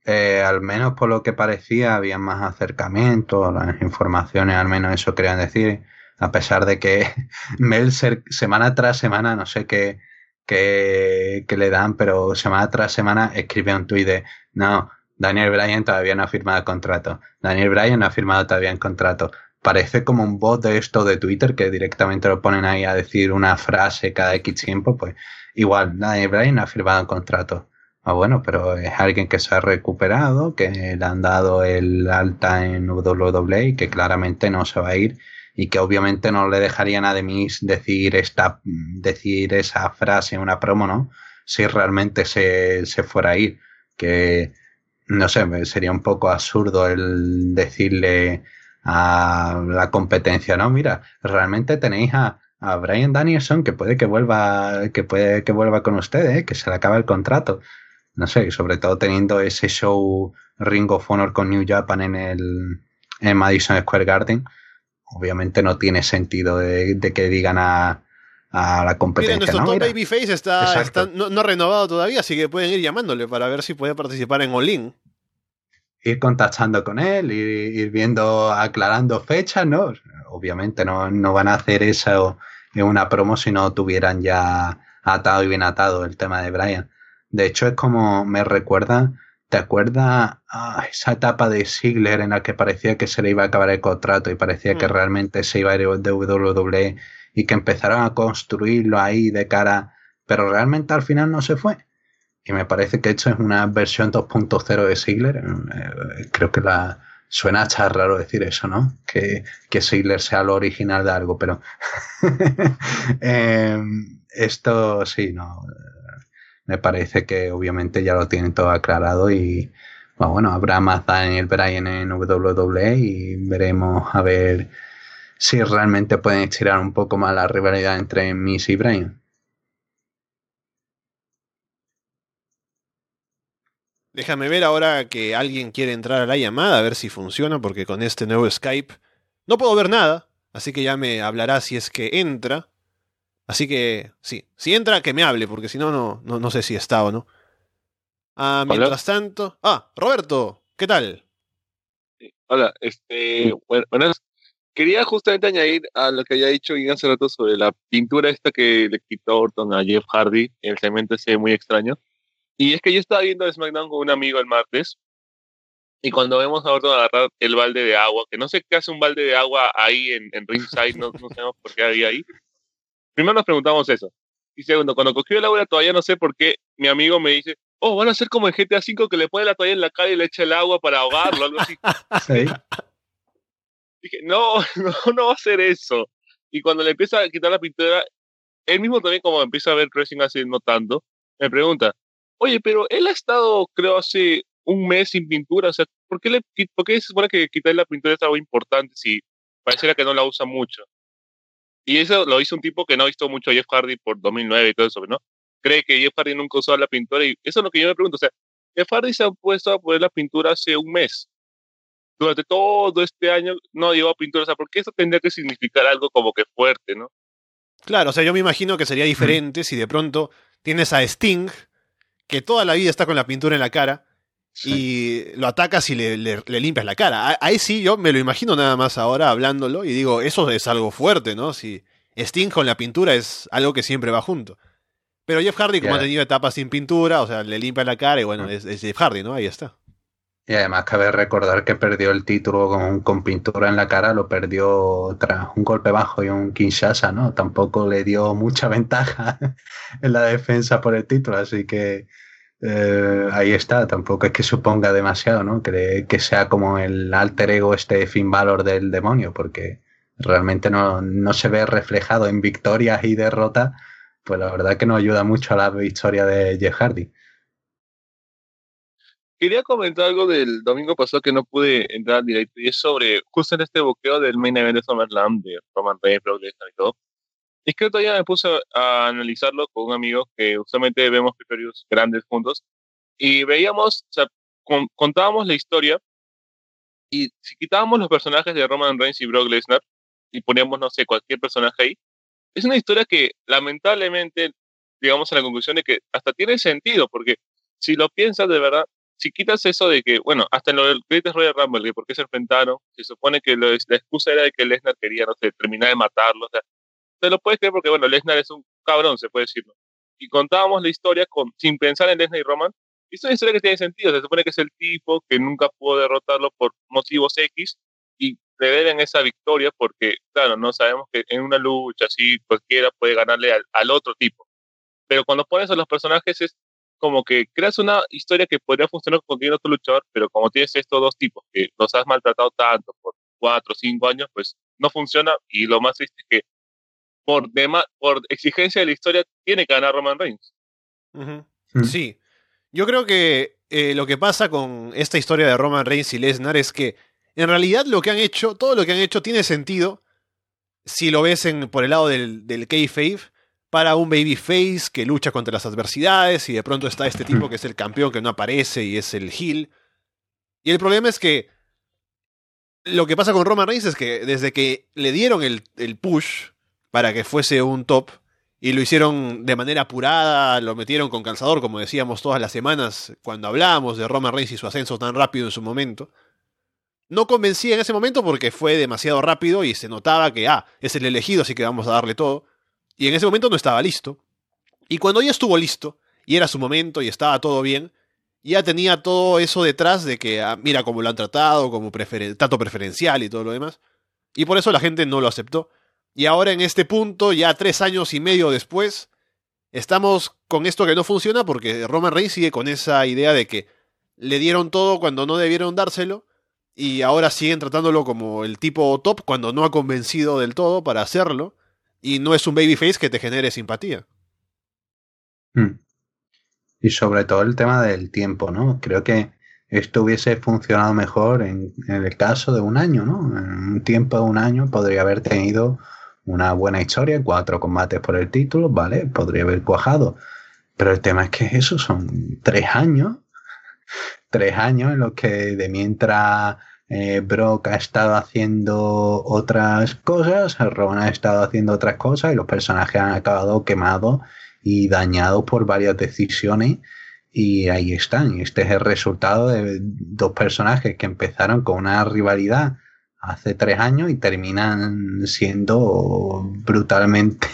[SPEAKER 2] Eh, al menos por lo que parecía, había más acercamiento, las informaciones, al menos eso querían decir, a pesar de que Meltzer semana tras semana, no sé qué, qué, qué le dan, pero semana tras semana escribe un tuit de, no, Daniel Bryan todavía no ha firmado el contrato, Daniel Bryan no ha firmado todavía el contrato. Parece como un bot de esto de Twitter que directamente lo ponen ahí a decir una frase cada X tiempo, pues igual, Daniel Bryan no ha firmado el contrato. Ah, bueno, pero es alguien que se ha recuperado, que le han dado el alta en W W E y que claramente no se va a ir y que obviamente no le dejarían a Demis decir esta, decir esa frase en una promo, ¿no? Si realmente se, se fuera a ir. Que, no sé, sería un poco absurdo el decirle a la competencia, no, mira, realmente tenéis a, a Bryan Danielson que puede que vuelva, que puede que vuelva con ustedes, ¿eh? Que se le acaba el contrato. No sé, sobre todo teniendo ese show Ring of Honor con New Japan en el en Madison Square Garden, obviamente no tiene sentido de, de que digan a, a la competencia.
[SPEAKER 1] Mira, nuestro
[SPEAKER 2] no,
[SPEAKER 1] top
[SPEAKER 2] mira.
[SPEAKER 1] babyface está, está no, no renovado todavía, así que pueden ir llamándole para ver si puede participar en All In.
[SPEAKER 2] Ir contactando con él, ir, ir viendo, aclarando fechas, ¿no? Obviamente no, no van a hacer eso en una promo si no tuvieran ya atado y bien atado el tema de Bryan. De hecho, es como me recuerda, ¿te acuerdas a esa etapa de Ziggler en la que parecía que se le iba a acabar el contrato y parecía mm. que realmente se iba a ir de W W E y que empezaron a construirlo ahí de cara, pero realmente al final no se fue? Y me parece que esto es una versión dos punto cero de Ziggler. Eh, creo que la suena hasta raro decir eso, ¿no? Que, que Ziggler sea lo original de algo, pero eh, esto sí, no. Me parece que obviamente ya lo tienen todo aclarado y bueno, bueno habrá más Daniel Bryan en W W E y veremos a ver si realmente pueden estirar un poco más la rivalidad entre Miz y Bryan.
[SPEAKER 1] Déjame ver ahora que alguien quiere entrar a la llamada, a ver si funciona, porque con este nuevo Skype no puedo ver nada, así que ya me hablará si es que entra. Así que, sí, si entra, que me hable, porque si no, no, no, no sé si está o no. Ah, mientras Hola. tanto... Ah, Roberto, ¿qué tal?
[SPEAKER 3] Sí. Hola, este... Bueno, bueno, quería justamente añadir a lo que había dicho Ian hace rato sobre la pintura esta que le quitó Orton a Jeff Hardy, el segmento ese muy extraño. Y es que yo estaba viendo SmackDown con un amigo el martes, y cuando vemos a Orton agarrar el balde de agua, que no sé qué hace un balde de agua ahí en, en ringside, no, no sabemos por qué había ahí. Primero nos preguntamos eso. Y segundo, cuando cogió el agua todavía no sé por qué mi amigo me dice, oh, van a ser como en G T A cinco que le pone la toalla en la cara y le echa el agua para ahogarlo, algo así.
[SPEAKER 2] Sí.
[SPEAKER 3] Dije, no, no, no va a ser eso. Y cuando le empieza a quitar la pintura, él mismo también como empieza a ver wrestling así no tanto, me pregunta, oye, pero él ha estado, creo, hace un mes sin pintura, o sea, ¿por qué, le, por qué se supone que quitar la pintura es algo importante si pareciera que no la usa mucho? Y eso lo hizo un tipo que no ha visto mucho a Jeff Hardy por dos mil nueve y todo eso, ¿no? Cree que Jeff Hardy nunca usó la pintura y eso es lo que yo me pregunto, o sea, Jeff Hardy se ha puesto a poner la pintura hace un mes. Durante todo este año no llevó pintura, o sea, ¿por qué eso tendría que significar algo como que fuerte, no?
[SPEAKER 1] Claro, o sea, yo me imagino que sería diferente mm. si de pronto tienes a Sting, que toda la vida está con la pintura en la cara, sí. y lo atacas y le, le, le limpias la cara. Ahí sí yo me lo imagino nada más ahora hablándolo y digo, eso es algo fuerte, ¿no? Si Sting con la pintura es algo que siempre va junto. Pero Jeff Hardy, como yeah. ha tenido etapas sin pintura, o sea, le limpia la cara y bueno, mm. es, es Jeff Hardy, ¿no? Ahí está.
[SPEAKER 2] Y además cabe recordar que perdió el título con, con pintura en la cara, lo perdió tras un golpe bajo y un Kinshasa, ¿no? Tampoco le dio mucha ventaja en la defensa por el título, así que eh, ahí está, tampoco es que suponga demasiado, ¿no? Que, que sea como el alter ego este Finn Balor del demonio, porque realmente no, no se ve reflejado en victorias y derrotas, pues la verdad que no ayuda mucho a la victoria de Jeff Hardy.
[SPEAKER 3] Quería comentar algo del domingo pasado que no pude entrar directo y es sobre justo en este boqueo del main event de SummerSlam de Roman Reigns, Brock Lesnar y todo. Y es que todavía me puse a analizarlo con un amigo que justamente vemos pay-per-views grandes juntos y veíamos, o sea, con, contábamos la historia y si quitábamos los personajes de Roman Reigns y Brock Lesnar y poníamos, no sé, cualquier personaje ahí, es una historia que lamentablemente llegamos a la conclusión de que hasta tiene sentido porque si lo piensas de verdad, si quitas eso de que, bueno, hasta en lo del Greatest Royal Rumble, que por qué se enfrentaron, se supone que lo, la excusa era de que Lesnar quería, no sé, terminar de matarlo, o sea, te lo puedes creer porque, bueno, Lesnar es un cabrón, se puede decir, ¿no? Y contábamos la historia con, sin pensar en Lesnar y Roman, y es una historia que tiene sentido, se supone que es el tipo que nunca pudo derrotarlo por motivos X, y le deben esa victoria porque, claro, no sabemos que en una lucha así cualquiera puede ganarle al, al otro tipo. Pero cuando pones a los personajes es como que creas una historia que podría funcionar con cualquier otro luchador, pero como tienes estos dos tipos que los has maltratado tanto por cuatro o cinco años, pues no funciona. Y lo más triste es que por, dema- por exigencia de la historia tiene que ganar Roman Reigns.
[SPEAKER 1] Uh-huh. Mm. Sí. Yo creo que eh, lo que pasa con esta historia de Roman Reigns y Lesnar es que en realidad lo que han hecho, todo lo que han hecho tiene sentido si lo ves en, por el lado del, del kayfabe, para un babyface que lucha contra las adversidades y de pronto está este tipo que es el campeón que no aparece y es el heel. Y el problema es que lo que pasa con Roman Reigns es que desde que le dieron el, el push para que fuese un top y lo hicieron de manera apurada, lo metieron con calzador, como decíamos todas las semanas cuando hablábamos de Roman Reigns y su ascenso tan rápido en su momento, no convencía en ese momento porque fue demasiado rápido y se notaba que, ah, es el elegido, así que vamos a darle todo. Y en ese momento no estaba listo. Y cuando ya estuvo listo, y era su momento, y estaba todo bien, ya tenía todo eso detrás de que, ah, mira cómo lo han tratado, como preferen- trato preferencial y todo lo demás. Y por eso la gente no lo aceptó. Y ahora en este punto, ya tres años y medio después, estamos con esto que no funciona porque Roman Reigns sigue con esa idea de que le dieron todo cuando no debieron dárselo, y ahora siguen tratándolo como el tipo top cuando no ha convencido del todo para hacerlo, y no es un babyface que te genere simpatía.
[SPEAKER 2] Hmm. Y sobre todo el tema del tiempo, ¿no? Creo que esto hubiese funcionado mejor en, en el caso de un año, ¿no? En un tiempo de un año podría haber tenido una buena historia, cuatro combates por el título, ¿vale? Podría haber cuajado. Pero el tema es que eso son tres años. Tres años en los que de mientras eh, Brock ha estado haciendo otras cosas, Roman ha estado haciendo otras cosas y los personajes han acabado quemados y dañados por varias decisiones, y ahí están. Este es el resultado de dos personajes que empezaron con una rivalidad hace tres años y terminan siendo brutalmente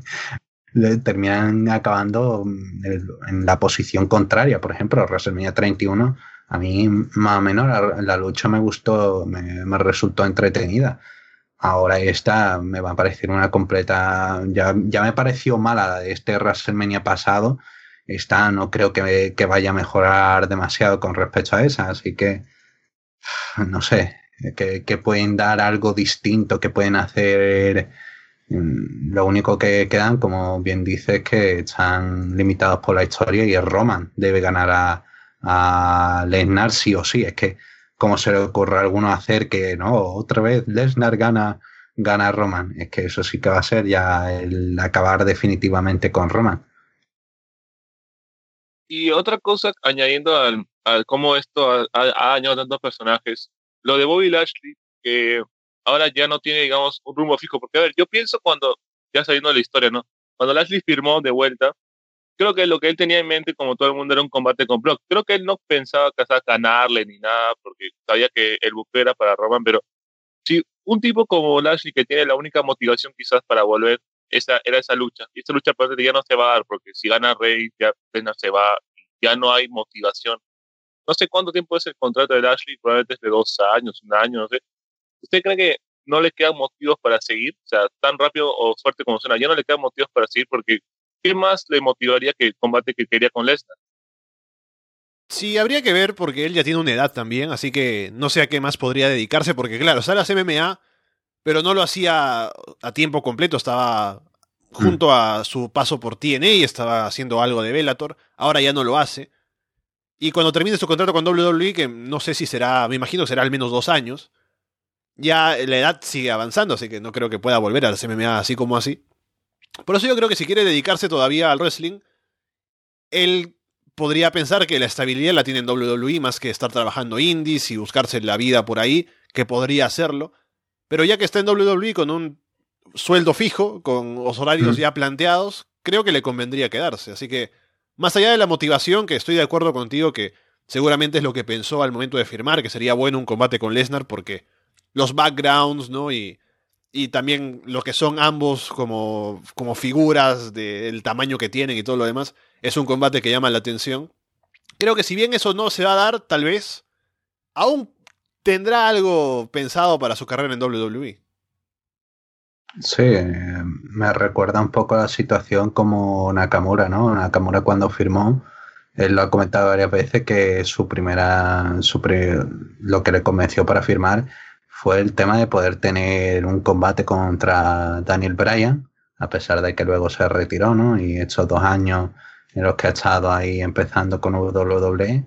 [SPEAKER 2] terminan acabando en la posición contraria. Por ejemplo, WrestleMania treinta y uno, a mí más o menos la, la lucha me gustó, me, me resultó entretenida. Ahora esta me va a parecer una completa... Ya, ya me pareció mala la de este WrestleMania pasado. Esta no creo que, que vaya a mejorar demasiado con respecto a esa, así que no sé, que, que pueden dar algo distinto, que pueden hacer... Lo único que quedan, como bien dices, es que están limitados por la historia y el Roman debe ganar a, a Lesnar sí o sí. Es que, ¿cómo se le ocurre a alguno hacer que no, otra vez Lesnar gana, gana a Roman? Es que eso sí que va a ser ya el acabar definitivamente con Roman.
[SPEAKER 3] Y otra cosa, añadiendo al, al cómo esto ha, ha dañado a tantos personajes, lo de Bobby Lashley, que ahora ya no tiene, digamos, un rumbo fijo. Porque, a ver, yo pienso cuando, ya saliendo de la historia, ¿no? Cuando Lashley firmó de vuelta, creo que lo que él tenía en mente, como todo el mundo, era un combate con Brock. Creo que él no pensaba que ganarle ni nada, porque sabía que el buque era para Roman, pero si un tipo como Lashley, que tiene la única motivación quizás para volver, esa era esa lucha. Y esa lucha aparte ya no se va a dar, porque si gana Rey, ya Lesnar se va, ya no hay motivación. No sé cuánto tiempo es el contrato de Lashley, probablemente es de dos años, un año, no sé. ¿Usted cree que no le quedan motivos para seguir? O sea, tan rápido o fuerte como suena, ya no le quedan motivos para seguir, porque ¿qué más le motivaría que el combate que quería con Lesnar?
[SPEAKER 1] Sí, habría que ver porque él ya tiene una edad también, así que no sé a qué más podría dedicarse, porque claro, sale a hacer M M A, pero no lo hacía a tiempo completo, estaba junto mm. a su paso por T N A y estaba haciendo algo de Bellator, ahora ya no lo hace. Y cuando termine su contrato con W W E, que no sé si será, me imagino que será al menos dos años, ya la edad sigue avanzando, así que no creo que pueda volver a las M M A así como así. Por eso yo creo que si quiere dedicarse todavía al wrestling, él podría pensar que la estabilidad la tiene en W W E más que estar trabajando indies y buscarse la vida por ahí, que podría hacerlo. Pero ya que está en W W E con un sueldo fijo, con los horarios mm. ya planteados, creo que le convendría quedarse. Así que, más allá de la motivación, que estoy de acuerdo contigo que seguramente es lo que pensó al momento de firmar, que sería bueno un combate con Lesnar porque los backgrounds, ¿no? Y, y también lo que son ambos como, como figuras del tamaño que tienen y todo lo demás, es un combate que llama la atención. Creo que si bien eso no se va a dar, tal vez aún tendrá algo pensado para su carrera en doble u doble u E.
[SPEAKER 2] Sí, eh, me recuerda un poco a la situación como Nakamura, ¿no? Nakamura cuando firmó, él lo ha comentado varias veces que su primera, su pri- lo que le convenció para firmar fue el tema de poder tener un combate contra Daniel Bryan, a pesar de que luego se retiró, ¿no? Y estos dos años en los que ha estado ahí empezando con doble u doble u E.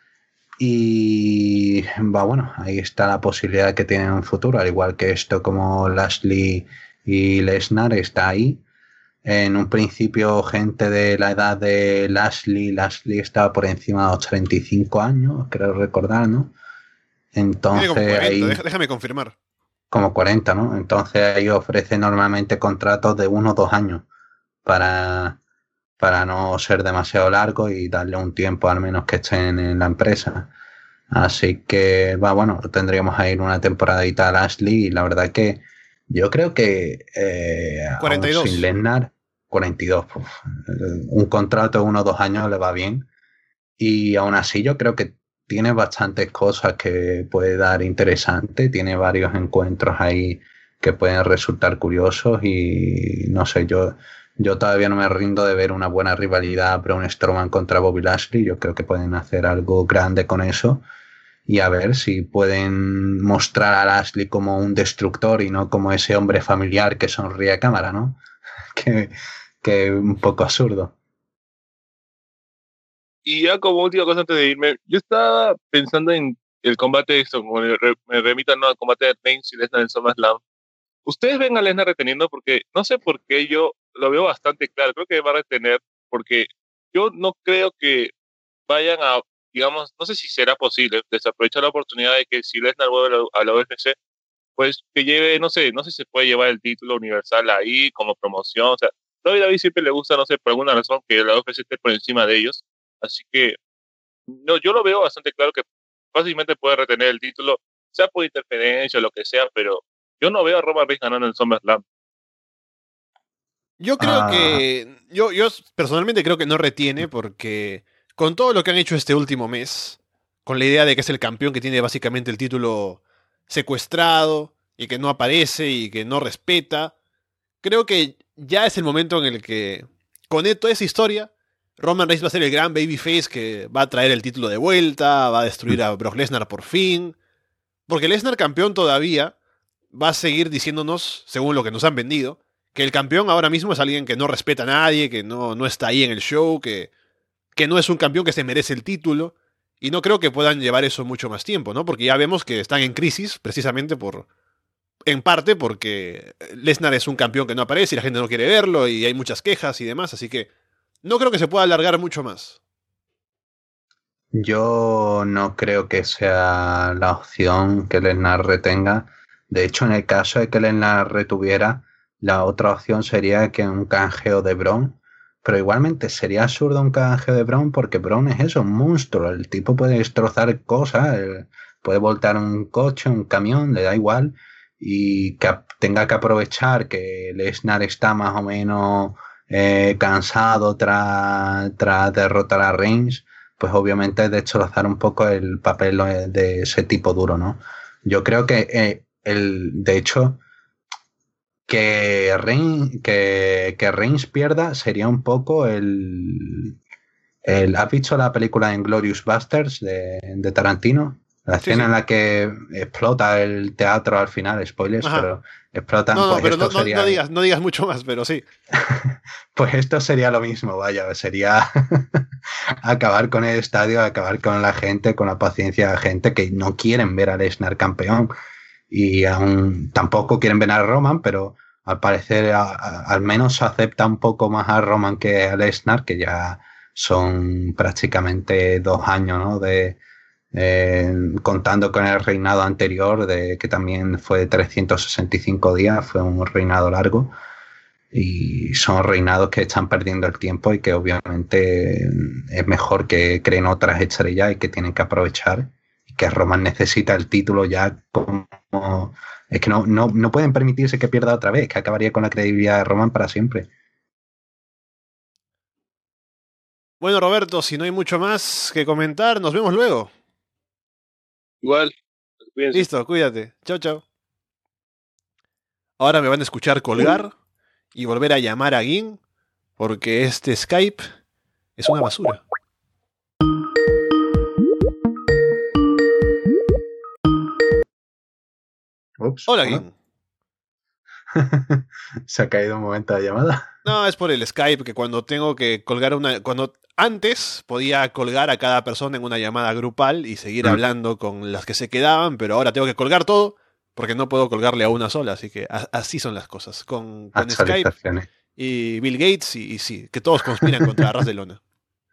[SPEAKER 2] Y va, bueno, ahí está la posibilidad que tiene en un futuro, al igual que esto como Lashley y Lesnar está ahí. En un principio, gente de la edad de Lashley, Lashley estaba por encima de los treinta y cinco años, creo recordar, ¿no?
[SPEAKER 1] Tiene como
[SPEAKER 2] Entonces
[SPEAKER 1] cuarenta,
[SPEAKER 2] ahí,
[SPEAKER 1] déjame confirmar.
[SPEAKER 2] como cuarenta, ¿no? Entonces ahí ofrece normalmente contratos de uno o dos años para, para no ser demasiado largo y darle un tiempo al menos que estén en la empresa. Así que, va, bueno, tendríamos a ir una temporadita a Lashley y la verdad que yo creo que eh, aún sin
[SPEAKER 1] cuarenta y dos.
[SPEAKER 2] Lesnar, cuarenta y dos, pues, un contrato de uno o dos años le va bien y aún así yo creo que tiene bastantes cosas que puede dar interesante, tiene varios encuentros ahí que pueden resultar curiosos y no sé, yo, yo todavía no me rindo de ver una buena rivalidad Braun Strowman contra Bobby Lashley, yo creo que pueden hacer algo grande con eso. Y a ver si pueden mostrar a Lashley como un destructor y no como ese hombre familiar que sonríe a cámara, ¿no? que, que un poco absurdo.
[SPEAKER 3] Y ya como última cosa antes de irme, yo estaba pensando en el combate, esto, como me, re- me remitan, ¿no?, al combate de Reigns y Lesnar en SummerSlam. Ustedes ven a Lesnar reteniendo porque no sé por qué yo lo veo bastante claro. Creo que va a retener porque yo no creo que vayan a, digamos, no sé si será posible desaprovechar la oportunidad de que si Lesnar vuelve a la, a la U F C, pues que lleve, no sé, no sé si se puede llevar el título universal ahí como promoción. O sea, David David siempre le gusta, no sé, por alguna razón que la U F C esté por encima de ellos. Así que no, yo lo veo bastante claro que fácilmente puede retener el título, sea por interferencia o lo que sea, pero yo no veo a Roman Reigns ganando en SummerSlam.
[SPEAKER 1] Yo creo
[SPEAKER 2] Ah,
[SPEAKER 1] que. Yo, yo personalmente creo que no retiene porque. Con todo lo que han hecho este último mes, con la idea de que es el campeón que tiene básicamente el título secuestrado y que no aparece y que no respeta, creo que ya es el momento en el que, con toda esa historia, Roman Reigns va a ser el gran babyface que va a traer el título de vuelta, va a destruir a Brock Lesnar por fin. Porque Lesnar campeón todavía va a seguir diciéndonos, según lo que nos han vendido, que el campeón ahora mismo es alguien que no respeta a nadie, que no, no está ahí en el show, que, que no es un campeón que se merece el título. Y no creo que puedan llevar eso mucho más tiempo, ¿no? Porque ya vemos que están en crisis, precisamente por. En parte porque Lesnar es un campeón que no aparece y la gente no quiere verlo y hay muchas quejas y demás, así que no creo que se pueda alargar mucho más.
[SPEAKER 2] yo no creo que sea la opción que Lesnar retenga. De hecho, en el caso de que Lesnar retuviera, la otra opción sería que un canjeo de Braun. Pero igualmente sería absurdo un canjeo de Braun porque Braun es eso, un monstruo. El tipo puede destrozar cosas, eh, puede voltear un coche, un camión, le da igual. Y que ap- tenga que aprovechar que Lesnar está más o menos eh, cansado tras tras derrotar a Reigns, pues obviamente destrozar un poco el papel eh, de ese tipo duro, ¿no? Yo creo que eh, el, de hecho, que, Reigns, que, que Reigns pierda sería un poco el, el... ¿Has visto la película de Inglourious Basterds de, de Tarantino? La
[SPEAKER 1] Sí,
[SPEAKER 2] escena en
[SPEAKER 1] sí.
[SPEAKER 2] la que explota el teatro al final, spoilers,
[SPEAKER 1] Ajá.
[SPEAKER 2] pero explotan,
[SPEAKER 1] No, no,
[SPEAKER 2] pues
[SPEAKER 1] pero no,
[SPEAKER 2] esto
[SPEAKER 1] no, no
[SPEAKER 2] sería
[SPEAKER 1] digas, no digas mucho más, pero sí.
[SPEAKER 2] pues esto sería lo mismo, vaya, sería acabar con el estadio, acabar con la gente, con la paciencia de la gente que no quieren ver a Lesnar campeón y aún tampoco quieren ver a Roman, pero al parecer a, a, al menos acepta un poco más a Roman que a Lesnar, que ya son prácticamente dos años, ¿no? De, eh, contando con el reinado anterior, de que también fue de trescientos sesenta y cinco días, fue un reinado largo. y son reinados que están perdiendo el tiempo y que obviamente es mejor que creen otras estrellas y que tienen que aprovechar, y que Roman necesita el título ya como... Es que no, no, no pueden permitirse que pierda otra vez, que acabaría con la credibilidad de Roman para siempre.
[SPEAKER 1] Bueno, Roberto, si no hay mucho más que comentar, nos vemos luego.
[SPEAKER 3] Igual, cuídense.
[SPEAKER 1] Listo, cuídate. Chao, chao. Ahora me van a escuchar colgar y volver a llamar a Gin, porque este Skype es una basura.
[SPEAKER 2] Ups,
[SPEAKER 1] Hola,
[SPEAKER 2] ¿no?
[SPEAKER 1] Gin.
[SPEAKER 2] Se ha caído un momento de llamada.
[SPEAKER 1] No, es por el Skype, que cuando tengo que colgar una... Cuando antes podía colgar a cada persona en una llamada grupal y seguir
[SPEAKER 2] Mm.
[SPEAKER 1] hablando con las que se quedaban, pero ahora tengo que colgar todo porque no puedo colgarle a una sola, así que a- así son las cosas. Con, con Skype
[SPEAKER 2] Actualizaciones.
[SPEAKER 1] y Bill Gates y, y sí, que todos conspiran contra Ras de Lona.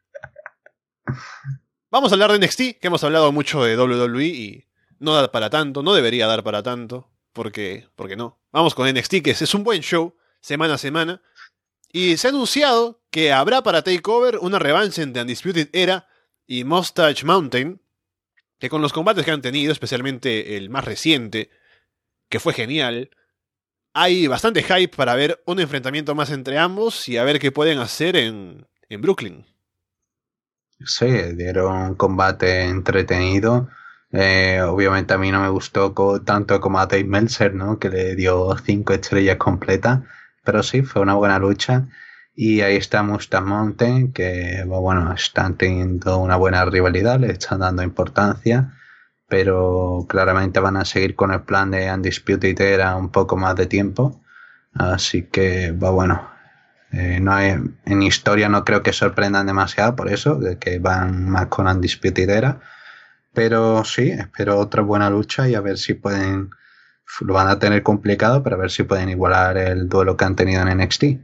[SPEAKER 1] Vamos a hablar de N X T, que hemos hablado mucho de W W E y no da para tanto, no debería dar para tanto, porque, porque no. Vamos con N X T, que es, es un buen show, semana a semana. Y se ha anunciado que habrá para TakeOver una revancha entre Undisputed Era y Mustache Mountain, que con los combates que han tenido, especialmente el más reciente, que fue genial, hay bastante hype para ver un enfrentamiento más entre ambos y a ver qué pueden hacer en, en Brooklyn.
[SPEAKER 2] Sí, dieron un combate entretenido. Eh, obviamente a mí no me gustó co- tanto como a Dave Meltzer, ¿no? Que le dio cinco estrellas completas. Pero sí, fue una buena lucha. Y ahí está Mustang Mountain, que bueno, están teniendo una buena rivalidad, le están dando importancia. Pero claramente van a seguir con el plan de Undisputed Era un poco más de tiempo. Así que, va bueno. Eh, no hay, en historia no creo que sorprendan demasiado por eso, de que van más con Undisputed Era. Pero sí, espero otra buena lucha y a ver si pueden... Lo van a tener complicado, pero a ver si pueden igualar el duelo que han tenido en N X T.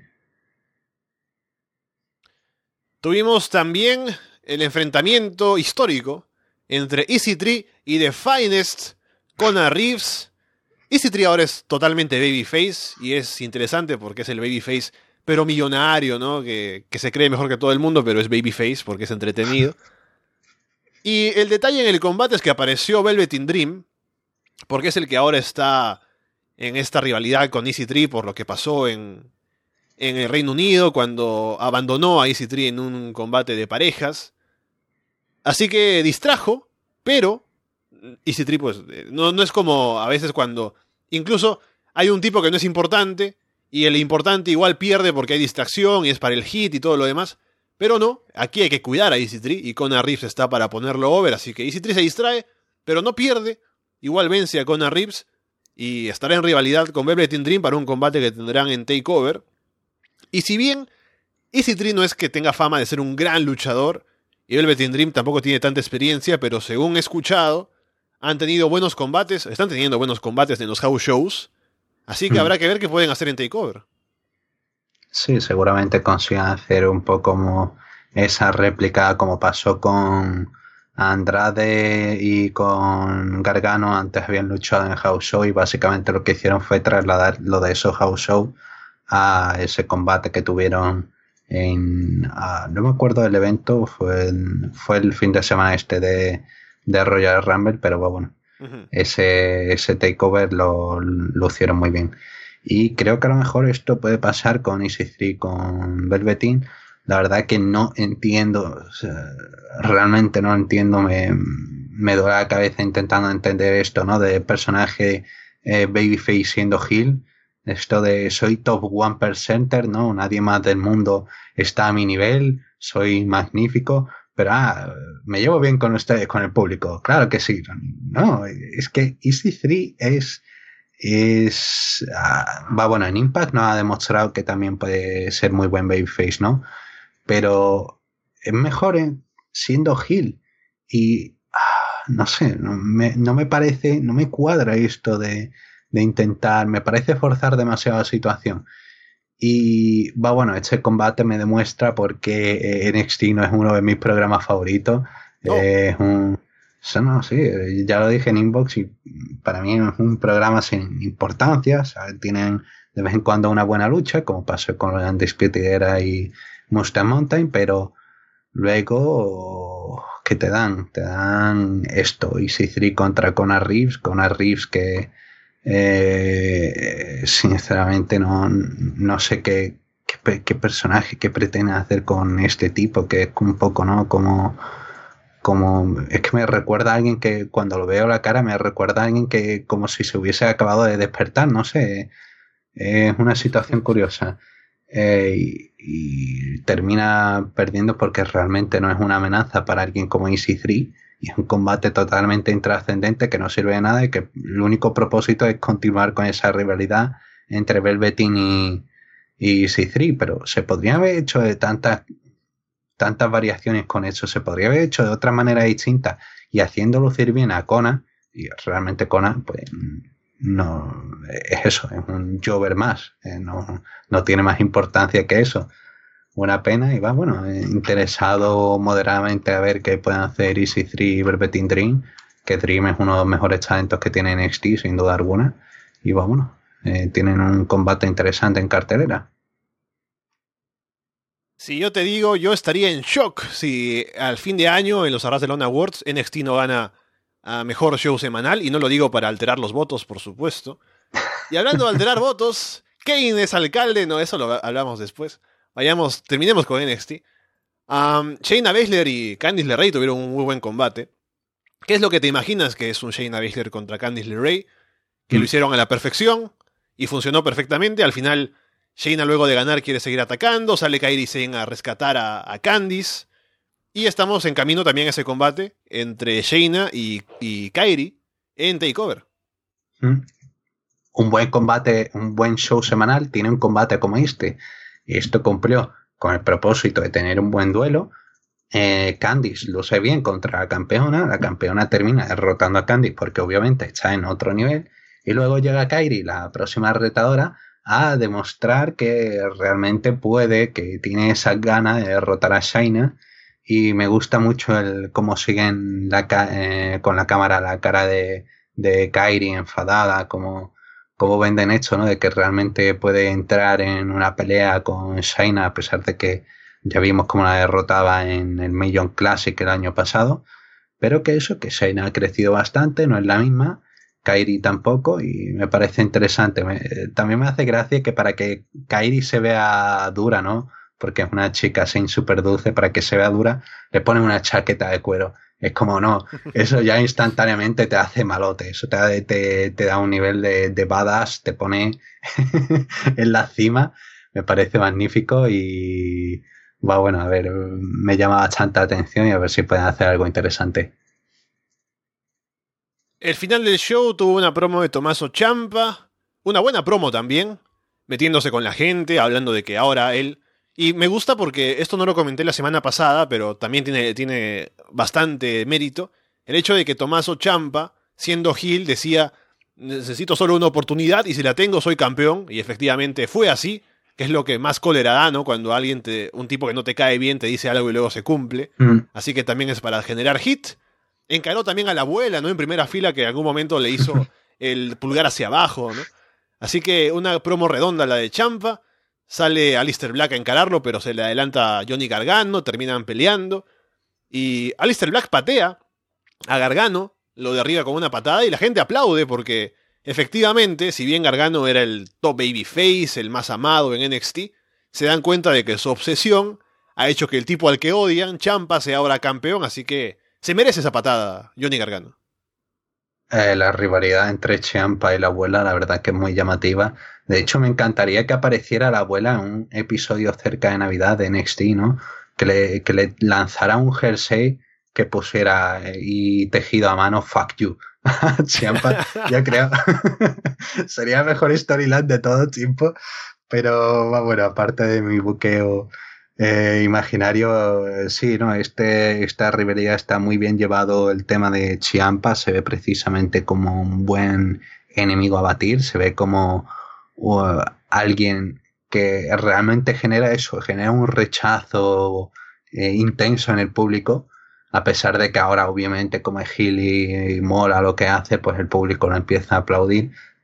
[SPEAKER 1] Tuvimos también el enfrentamiento histórico entre E C tres y The Finest, Conor Reeves. E C tres ahora es totalmente babyface y es interesante porque es el babyface pero millonario, ¿no? Que, que se cree mejor que todo el mundo, pero es babyface porque es entretenido. Y el detalle en el combate es que apareció Velveteen Dream, porque es el que ahora está en esta rivalidad con E C tres por lo que pasó en, en el Reino Unido cuando abandonó a E C tres en un combate de parejas. Así que distrajo, pero E C tres pues no, no es como a veces cuando incluso hay un tipo que no es importante y el importante igual pierde porque hay distracción y es para el hit y todo lo demás. Pero no, aquí hay que cuidar a E C tres y Conor Reeves está para ponerlo over, así que E C tres se distrae, pero no pierde. Igual vence a Conor Reeves y estará en rivalidad con Velveteen Dream para un combate que tendrán en TakeOver. Y si bien E C tres no es que tenga fama de ser un gran luchador y Velveteen Dream tampoco tiene tanta experiencia, pero según he escuchado, han tenido buenos combates, están teniendo buenos combates en los house shows, así que
[SPEAKER 2] Hmm.
[SPEAKER 1] habrá que ver qué pueden hacer en TakeOver.
[SPEAKER 2] Sí, seguramente consigan hacer un poco como esa réplica como pasó con Andrade y con Gargano. Antes habían luchado en House Show y básicamente lo que hicieron fue trasladar lo de esos House Show a ese combate que tuvieron en... ah, no me acuerdo del evento, fue el, fue el fin de semana este de, de Royal Rumble, pero bueno,
[SPEAKER 1] Uh-huh.
[SPEAKER 2] ese, ese takeover lo, lo hicieron muy bien. Y creo que a lo mejor esto puede pasar con E C tres, con Velveteen. La verdad que no entiendo, o sea, realmente no entiendo, me, me duele la cabeza intentando entender esto, ¿no? De personaje eh, babyface siendo heel, esto de soy top one percenter, ¿no? Nadie más del mundo está a mi nivel, soy magnífico, pero ah, me llevo bien con ustedes, con el público, claro que sí. No, es que E C tres es... es uh, va bueno, en Impact nos ha demostrado que también puede ser muy buen babyface, ¿no? Pero es mejor en, siendo heel y ah, no sé, no me, no me parece, no me cuadra esto de, de intentar, me parece forzar demasiado la situación. Y va bueno, este combate me demuestra por qué N X T no es uno de mis programas favoritos.
[SPEAKER 1] Oh.
[SPEAKER 2] Eh, es un Eso no, sí, ya lo dije en Inbox y para mí es un programa sin importancia, ¿sabes? Tienen de vez en cuando una buena lucha, como pasó con Undisputed Era y Mustang Mountain, pero luego, ¿qué te dan? Te dan esto, E C tres contra Conor Reeves, Conor Reeves que eh, sinceramente no, no sé qué, qué, qué personaje, qué pretende hacer con este tipo, que es un poco, ¿no? Como, como, es que me recuerda a alguien que cuando lo veo la cara me recuerda a alguien que como si se hubiese acabado de despertar, no sé, es una situación curiosa. Eh, y, y termina perdiendo porque realmente no es una amenaza para alguien como E C tres y es un combate totalmente intrascendente que no sirve de nada y que el único propósito es continuar con esa rivalidad entre Velveteen y, y E C tres, pero se podría haber hecho de tantas tantas variaciones con eso, se podría haber hecho de otra manera distinta y haciendo lucir bien a Conan, y realmente Conan pues no es eso, es un jobber más, eh, no, no tiene más importancia que eso. Una pena y va, bueno, eh, interesado moderadamente a ver qué pueden hacer E C tres y Velveteen Dream, que Dream es uno de los mejores talentos que tiene N X T sin duda alguna, y va, bueno, eh, tienen un combate interesante en cartelera.
[SPEAKER 1] Si yo te digo, yo estaría en shock si al fin de año en los Barcelona Awards N X T no gana a mejor show semanal, y no lo digo para alterar los votos, por supuesto. Y hablando de alterar votos, Kane es alcalde, no, eso lo hablamos después. Vayamos, terminemos con N X T. Um, Shayna Baszler y Candice LeRae tuvieron un muy buen combate. ¿Qué es lo que te imaginas que es un Shayna Baszler contra Candice LeRae? Que mm. lo hicieron a la perfección y funcionó perfectamente. Al final, Shayna luego de ganar quiere seguir atacando, sale Kairi Sane a rescatar a, a Candice. Y estamos en camino también a ese combate entre Shayna y, y Kairi en TakeOver.
[SPEAKER 2] Mm. Un buen combate, un buen show semanal tiene un combate como este. Y esto cumplió con el propósito de tener un buen duelo. Eh, Candice luce bien contra la campeona. La campeona termina derrotando a Candice porque obviamente está en otro nivel. Y luego llega Kairi, la próxima retadora, a demostrar que realmente puede, que tiene esas ganas de derrotar a Shayna. Y me gusta mucho el cómo siguen la, eh, con la cámara la cara de, de Kairi enfadada, como... como venden esto, ¿no? De que realmente puede entrar en una pelea con Shayna a pesar de que ya vimos cómo la derrotaba en el Million Classic el año pasado, pero que eso, que Shayna ha crecido bastante, no es la misma, Kairi tampoco, y me parece interesante. Me, también me hace gracia que para que Kairi se vea dura, ¿no? Porque es una chica sin súper dulce, para que se vea dura, le ponen una chaqueta de cuero. Es como, no, eso ya instantáneamente te hace malote, eso te, te, te da un nivel de, de badass, te pone en la cima, me parece magnífico y va, bueno, a ver, me llama bastante la atención y a ver si pueden hacer algo interesante.
[SPEAKER 1] El final del show tuvo una promo de Tommaso Ciampa, una buena promo también, metiéndose con la gente, hablando de que ahora él... Y me gusta porque esto no lo comenté la semana pasada, pero también tiene, tiene bastante mérito. El hecho de que Tommaso Ciampa, siendo heel, decía, necesito solo una oportunidad y si la tengo soy campeón. Y efectivamente fue así, que es lo que más cólera da, ¿no? Cuando alguien, te, un tipo que no te cae bien, te dice algo y luego se cumple. Mm. Así que también es para generar hit. Encaró también a la abuela, ¿no? En primera fila, que en algún momento le hizo el pulgar hacia abajo, ¿no? Así que una promo redonda la de Ciampa. Sale Aleister Black a encararlo, pero se le adelanta Johnny Gargano, terminan peleando. Y Aleister Black patea a Gargano, lo derriba con una patada y la gente aplaude porque efectivamente, si bien Gargano era el top babyface, el más amado en N X T, se dan cuenta de que su obsesión ha hecho que el tipo al que odian, Ciampa, sea ahora campeón, así que se merece esa patada Johnny Gargano.
[SPEAKER 2] Eh, la rivalidad entre Ciampa y la abuela, la verdad que es muy llamativa. De hecho, me encantaría que apareciera la abuela en un episodio cerca de Navidad de N X T, ¿no? Que le, que le lanzara un jersey que pusiera eh, y tejido a mano "fuck you". Ciampa, yo creo. Sería el mejor storyline de todo tiempo. Pero bueno, aparte de mi buqueo eh, imaginario, eh, sí, ¿no? Este, esta rivalidad está muy bien llevado. El tema de Ciampa se ve precisamente como un buen enemigo a batir, se ve como uh, alguien que realmente genera eso, genera un rechazo eh, intenso en el público, a pesar de que ahora obviamente como es heel y, y mola lo que hace, pues el público lo empieza a aplaudir,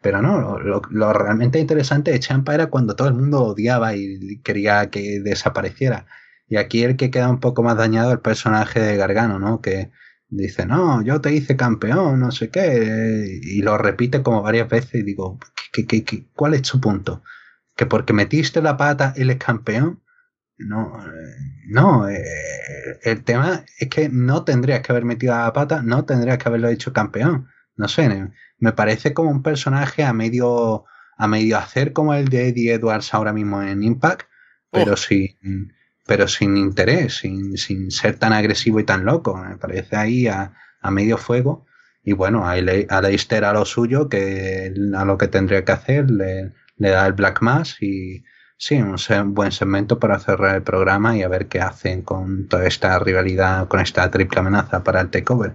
[SPEAKER 2] Pero no, lo, lo, lo realmente interesante de Ciampa era cuando todo el mundo odiaba y quería que desapareciera. Y aquí el que queda un poco más dañado es el personaje de Gargano, ¿no? Que dice, no, yo te hice campeón, no sé qué, y lo repite como varias veces y digo, ¿qué, qué, qué, ¿cuál es su punto? ¿Que porque metiste la pata él es campeón? No, no, eh, el tema es que no tendrías que haber metido la pata, no tendrías que haberlo hecho campeón. No sé, me parece como un personaje a medio a medio hacer como el de Eddie Edwards ahora mismo en Impact, pero oh. sin pero sin interés, sin, sin ser tan agresivo y tan loco. Me parece ahí a, a medio fuego. Y bueno, a Aleister a lo suyo, que a lo que tendría que hacer, le, le da el Black Mass y sí, un, un buen segmento para cerrar el programa y a ver qué hacen con toda esta rivalidad, con esta triple amenaza para el TakeOver.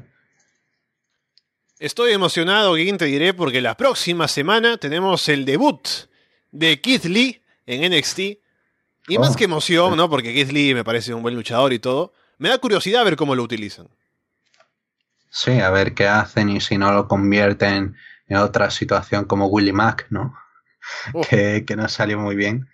[SPEAKER 1] Estoy emocionado, Guin, te diré, porque la próxima semana tenemos el debut de Keith Lee en N X T. Y oh, más que emoción, ¿no? Porque Keith Lee me parece un buen luchador y todo. Me da curiosidad ver cómo lo utilizan.
[SPEAKER 2] Sí, a ver qué hacen y si no lo convierten en otra situación como Willie Mack, ¿no? Oh. Que, que no salió muy bien.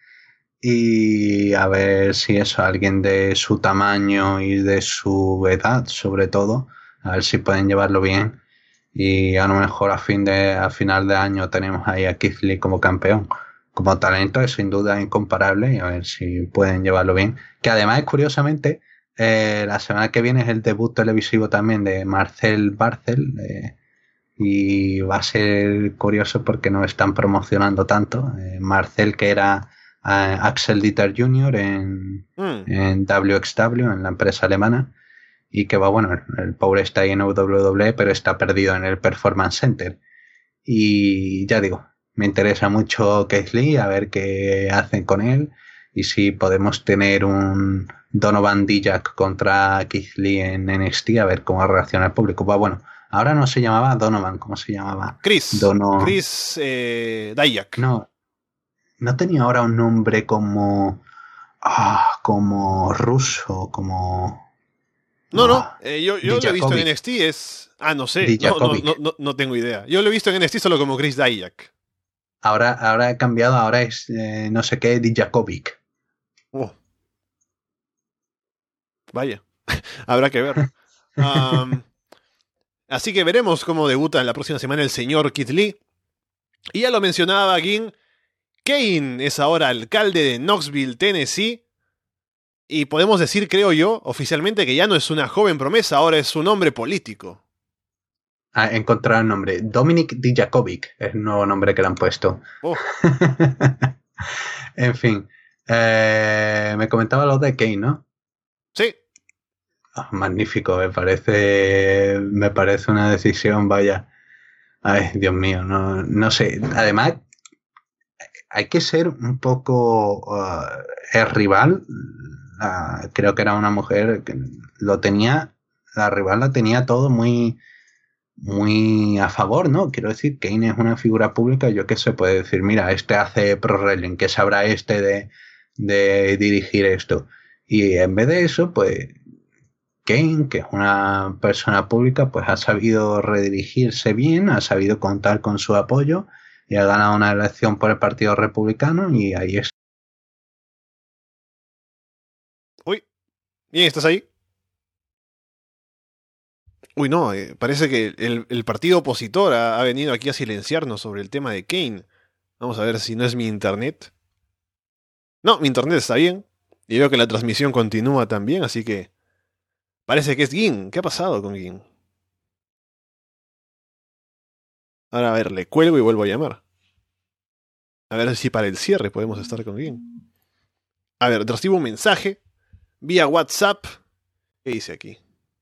[SPEAKER 2] Y a ver si eso, alguien de su tamaño y de su edad, sobre todo, a ver si pueden llevarlo bien. Y a lo mejor a, fin de, a final de año tenemos ahí a Keith Lee como campeón. Como talento es sin duda incomparable y a ver si pueden llevarlo bien. Que además, curiosamente, eh, la semana que viene es el debut televisivo también de Marcel Barthel. Eh, y va a ser curioso porque no están promocionando tanto. Eh, Marcel, que era eh, Axel Dieter junior en, mm. en W X W, en la empresa alemana. Y que va, bueno, el, el pobre está ahí en W W E, pero está perdido en el Performance Center. Y ya digo, me interesa mucho Keith Lee, a ver qué hacen con él y si podemos tener un Donovan Dijak contra Keith Lee en N X T, a ver cómo reacciona el público. Pues bueno, ahora no se llamaba Donovan, ¿cómo se llamaba?
[SPEAKER 1] Chris.
[SPEAKER 2] Dono...
[SPEAKER 1] Chris eh, Dijak.
[SPEAKER 2] No, no tenía ahora un nombre como ah, como ruso, como...
[SPEAKER 1] No, no, eh, yo, yo lo he visto en N X T, es... Ah, no sé, no, no, no, no, no tengo idea. Yo lo he visto en N X T solo como Chris Dijak.
[SPEAKER 2] Ahora, ahora he cambiado, ahora es eh, no sé qué, Dijakovic.
[SPEAKER 1] Oh. Vaya, habrá que ver. um, así que veremos cómo debuta en la próxima semana el señor Keith Lee. Y ya lo mencionaba Gin, Kane es ahora alcalde de Knoxville, Tennessee. Y podemos decir, creo yo, oficialmente que ya no es una joven promesa, ahora es un hombre político.
[SPEAKER 2] Ah, he encontrado el nombre. Dominic Dijakovic es el nuevo nombre que le han puesto. Oh. En fin. Eh, me comentaba lo de Kane, ¿no?
[SPEAKER 1] Sí.
[SPEAKER 2] Oh, magnífico, me parece. Me parece una decisión, vaya. Ay, Dios mío, no, no sé. Además, hay que ser un poco. Uh, el rival. Uh, creo que era una mujer que lo tenía. La rival la tenía todo muy. muy a favor, ¿no? Quiero decir, Kane es una figura pública, yo qué sé, puede decir, mira, este hace pro wrestling, ¿qué sabrá este de, de dirigir esto? Y en vez de eso, pues Kane, que es una persona pública, pues ha sabido redirigirse bien, ha sabido contar con su apoyo y ha ganado una elección por el Partido Republicano y ahí es.
[SPEAKER 1] Uy, bien, ¿estás ahí? Uy, no, eh, parece que el, el partido opositor ha, ha venido aquí a silenciarnos sobre el tema de Kane. Vamos a ver si no es mi internet. No, mi internet está bien. Y veo que la transmisión continúa también, así que... Parece que es Gin. ¿Qué ha pasado con Gin? Ahora a ver, le cuelgo y vuelvo a llamar. A ver si para el cierre podemos estar con Gin. A ver, recibo un mensaje vía WhatsApp. ¿Qué dice aquí?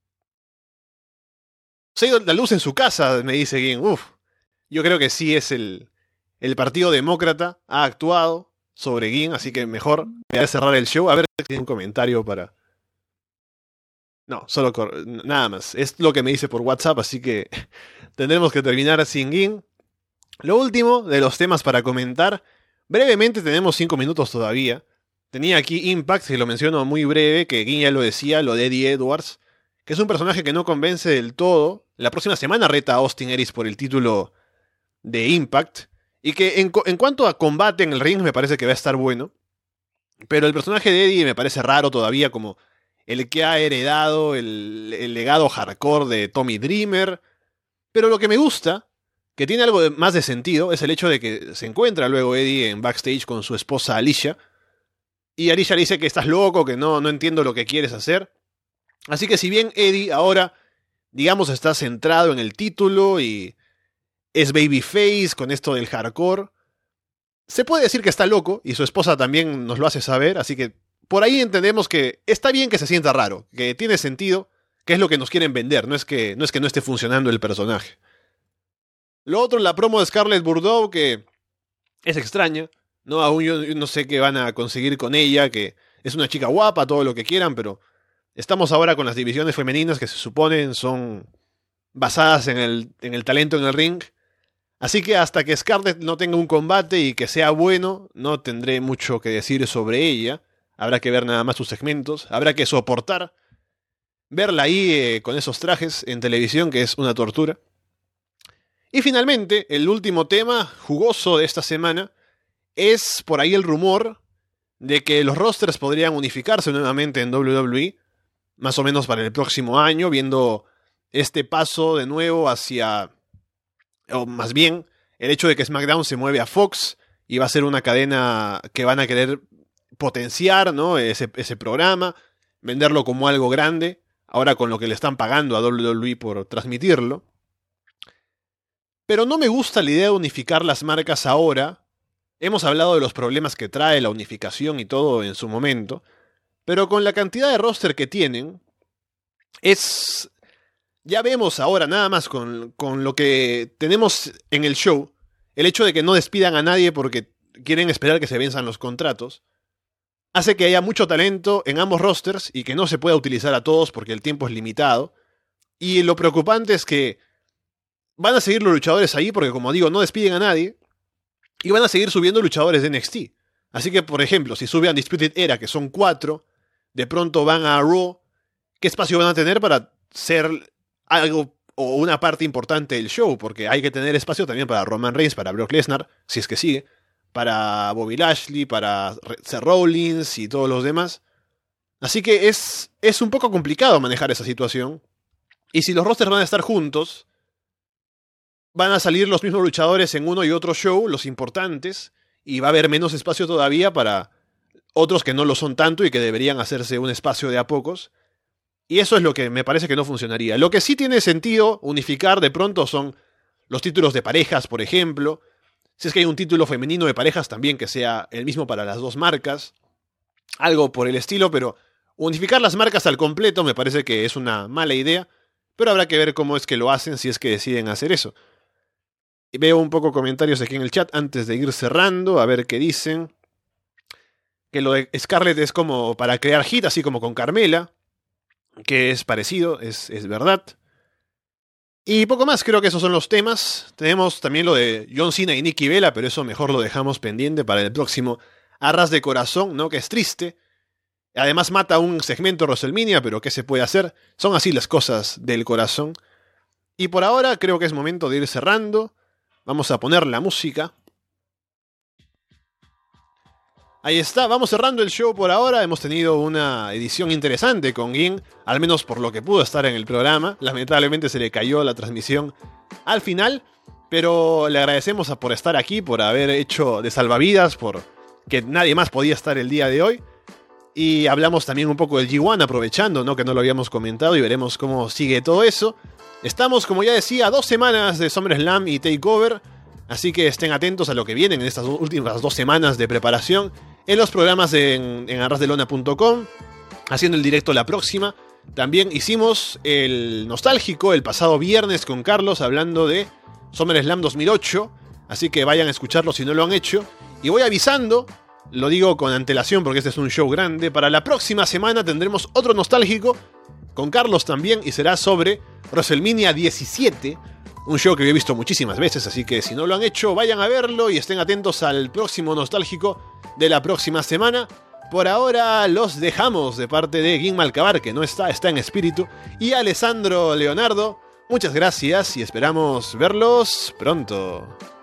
[SPEAKER 1] Se ha ido la luz en su casa, me dice Gin. Uf, yo creo que sí es el, el Partido Demócrata ha actuado sobre Gin, así que mejor voy a cerrar el show. A ver si tiene un comentario para... No, solo cor... nada más. Es lo que me dice por WhatsApp, así que tendremos que terminar sin Gin. Lo último de los temas para comentar. Brevemente, tenemos cinco minutos todavía. Tenía aquí Impact, que lo menciono muy breve, que Gin ya lo decía, lo de Eddie Edwards, que es un personaje que no convence del todo. La próxima semana reta a Austin Aries por el título de Impact. Y que en, en cuanto a combate en el ring me parece que va a estar bueno. Pero el personaje de Eddie me parece raro todavía, como el que ha heredado el, el legado hardcore de Tommy Dreamer. Pero lo que me gusta, que tiene algo de, más de sentido, es el hecho de que se encuentra luego Eddie en backstage con su esposa Alicia. Y Alicia le dice que estás loco, que no, no entiendo lo que quieres hacer. Así que si bien Eddie ahora, digamos, está centrado en el título y es babyface con esto del hardcore, se puede decir que está loco, y su esposa también nos lo hace saber, así que por ahí entendemos que está bien que se sienta raro, que tiene sentido, que es lo que nos quieren vender, no es que no, es que no esté funcionando el personaje. Lo otro, la promo de Scarlett Bordeaux, que es extraña, no, aún yo no sé qué van a conseguir con ella, que es una chica guapa, todo lo que quieran, pero estamos ahora con las divisiones femeninas que se suponen son basadas en el, en el talento en el ring. Así que hasta que Scarlett no tenga un combate y que sea bueno, no tendré mucho que decir sobre ella. Habrá que ver nada más sus segmentos. Habrá que soportar verla ahí eh, con esos trajes en televisión, que es una tortura. Y finalmente, el último tema jugoso de esta semana es por ahí el rumor de que los rosters podrían unificarse nuevamente en doble u doble u E, más o menos para el próximo año, viendo este paso de nuevo hacia... o más bien, el hecho de que SmackDown se mueve a Fox y va a ser una cadena que van a querer potenciar, ¿no? Ese, ese programa, venderlo como algo grande, ahora con lo que le están pagando a doble u doble u E por transmitirlo. Pero no me gusta la idea de unificar las marcas ahora. Hemos hablado de los problemas que trae la unificación y todo en su momento, pero con la cantidad de roster que tienen, es... Ya vemos ahora, nada más con, con lo que tenemos en el show, el hecho de que no despidan a nadie porque quieren esperar que se venzan los contratos, hace que haya mucho talento en ambos rosters y que no se pueda utilizar a todos porque el tiempo es limitado. Y lo preocupante es que van a seguir los luchadores ahí porque, como digo, no despiden a nadie y van a seguir subiendo luchadores de N X T. Así que, por ejemplo, si sube a Undisputed Era, que son cuatro, de pronto van a Raw, ¿qué espacio van a tener para ser algo o una parte importante del show? Porque hay que tener espacio también para Roman Reigns, para Brock Lesnar, si es que sigue, para Bobby Lashley, para Seth Rollins y todos los demás. Así que es, es un poco complicado manejar esa situación. Y si los rosters van a estar juntos, van a salir los mismos luchadores en uno y otro show, los importantes, y va a haber menos espacio todavía para otros que no lo son tanto y que deberían hacerse un espacio de a pocos. Y eso es lo que me parece que no funcionaría. Lo que sí tiene sentido unificar de pronto son los títulos de parejas, por ejemplo. Si es que hay un título femenino de parejas también que sea el mismo para las dos marcas. Algo por el estilo, pero unificar las marcas al completo me parece que es una mala idea. Pero habrá que ver cómo es que lo hacen si es que deciden hacer eso. Y veo un poco comentarios aquí en el chat antes de ir cerrando, a ver qué dicen. Que lo de Scarlett es como para crear hit, así como con Carmela. Que es parecido, es, es verdad. Y poco más, creo que esos son los temas. Tenemos también lo de John Cena y Nikki Bella, pero eso mejor lo dejamos pendiente para el próximo Arras de Corazón, ¿no? Que es triste. Además mata un segmento de WrestleMania, pero ¿qué se puede hacer? Son así las cosas del corazón. Y por ahora creo que es momento de ir cerrando. Vamos a poner la música. Ahí está, vamos cerrando el show por ahora. Hemos tenido una edición interesante con Gin, al menos por lo que pudo estar en el programa. Lamentablemente se le cayó la transmisión al final, pero le agradecemos por estar aquí, por haber hecho de salvavidas, por que nadie más podía estar el día de hoy. Y hablamos también un poco del G uno, aprovechando, ¿no?, que no lo habíamos comentado, y veremos cómo sigue todo eso. Estamos, como ya decía, a dos semanas de SummerSlam y TakeOver, así que estén atentos a lo que vienen en estas últimas dos semanas de preparación en los programas de, en, en arras de lona punto com, haciendo el directo la próxima. También hicimos el nostálgico el pasado viernes con Carlos, hablando de SummerSlam dos mil ocho, así que vayan a escucharlo si no lo han hecho. Y voy avisando, lo digo con antelación porque este es un show grande, para la próxima semana tendremos otro nostálgico con Carlos también, y será sobre WrestleMania diecisiete, un show que yo he visto muchísimas veces, así que si no lo han hecho, vayan a verlo y estén atentos al próximo nostálgico de la próxima semana. Por ahora los dejamos de parte de Gin Malcabar, que no está, está en espíritu, y Alessandro Leonardo. Muchas gracias y esperamos verlos pronto.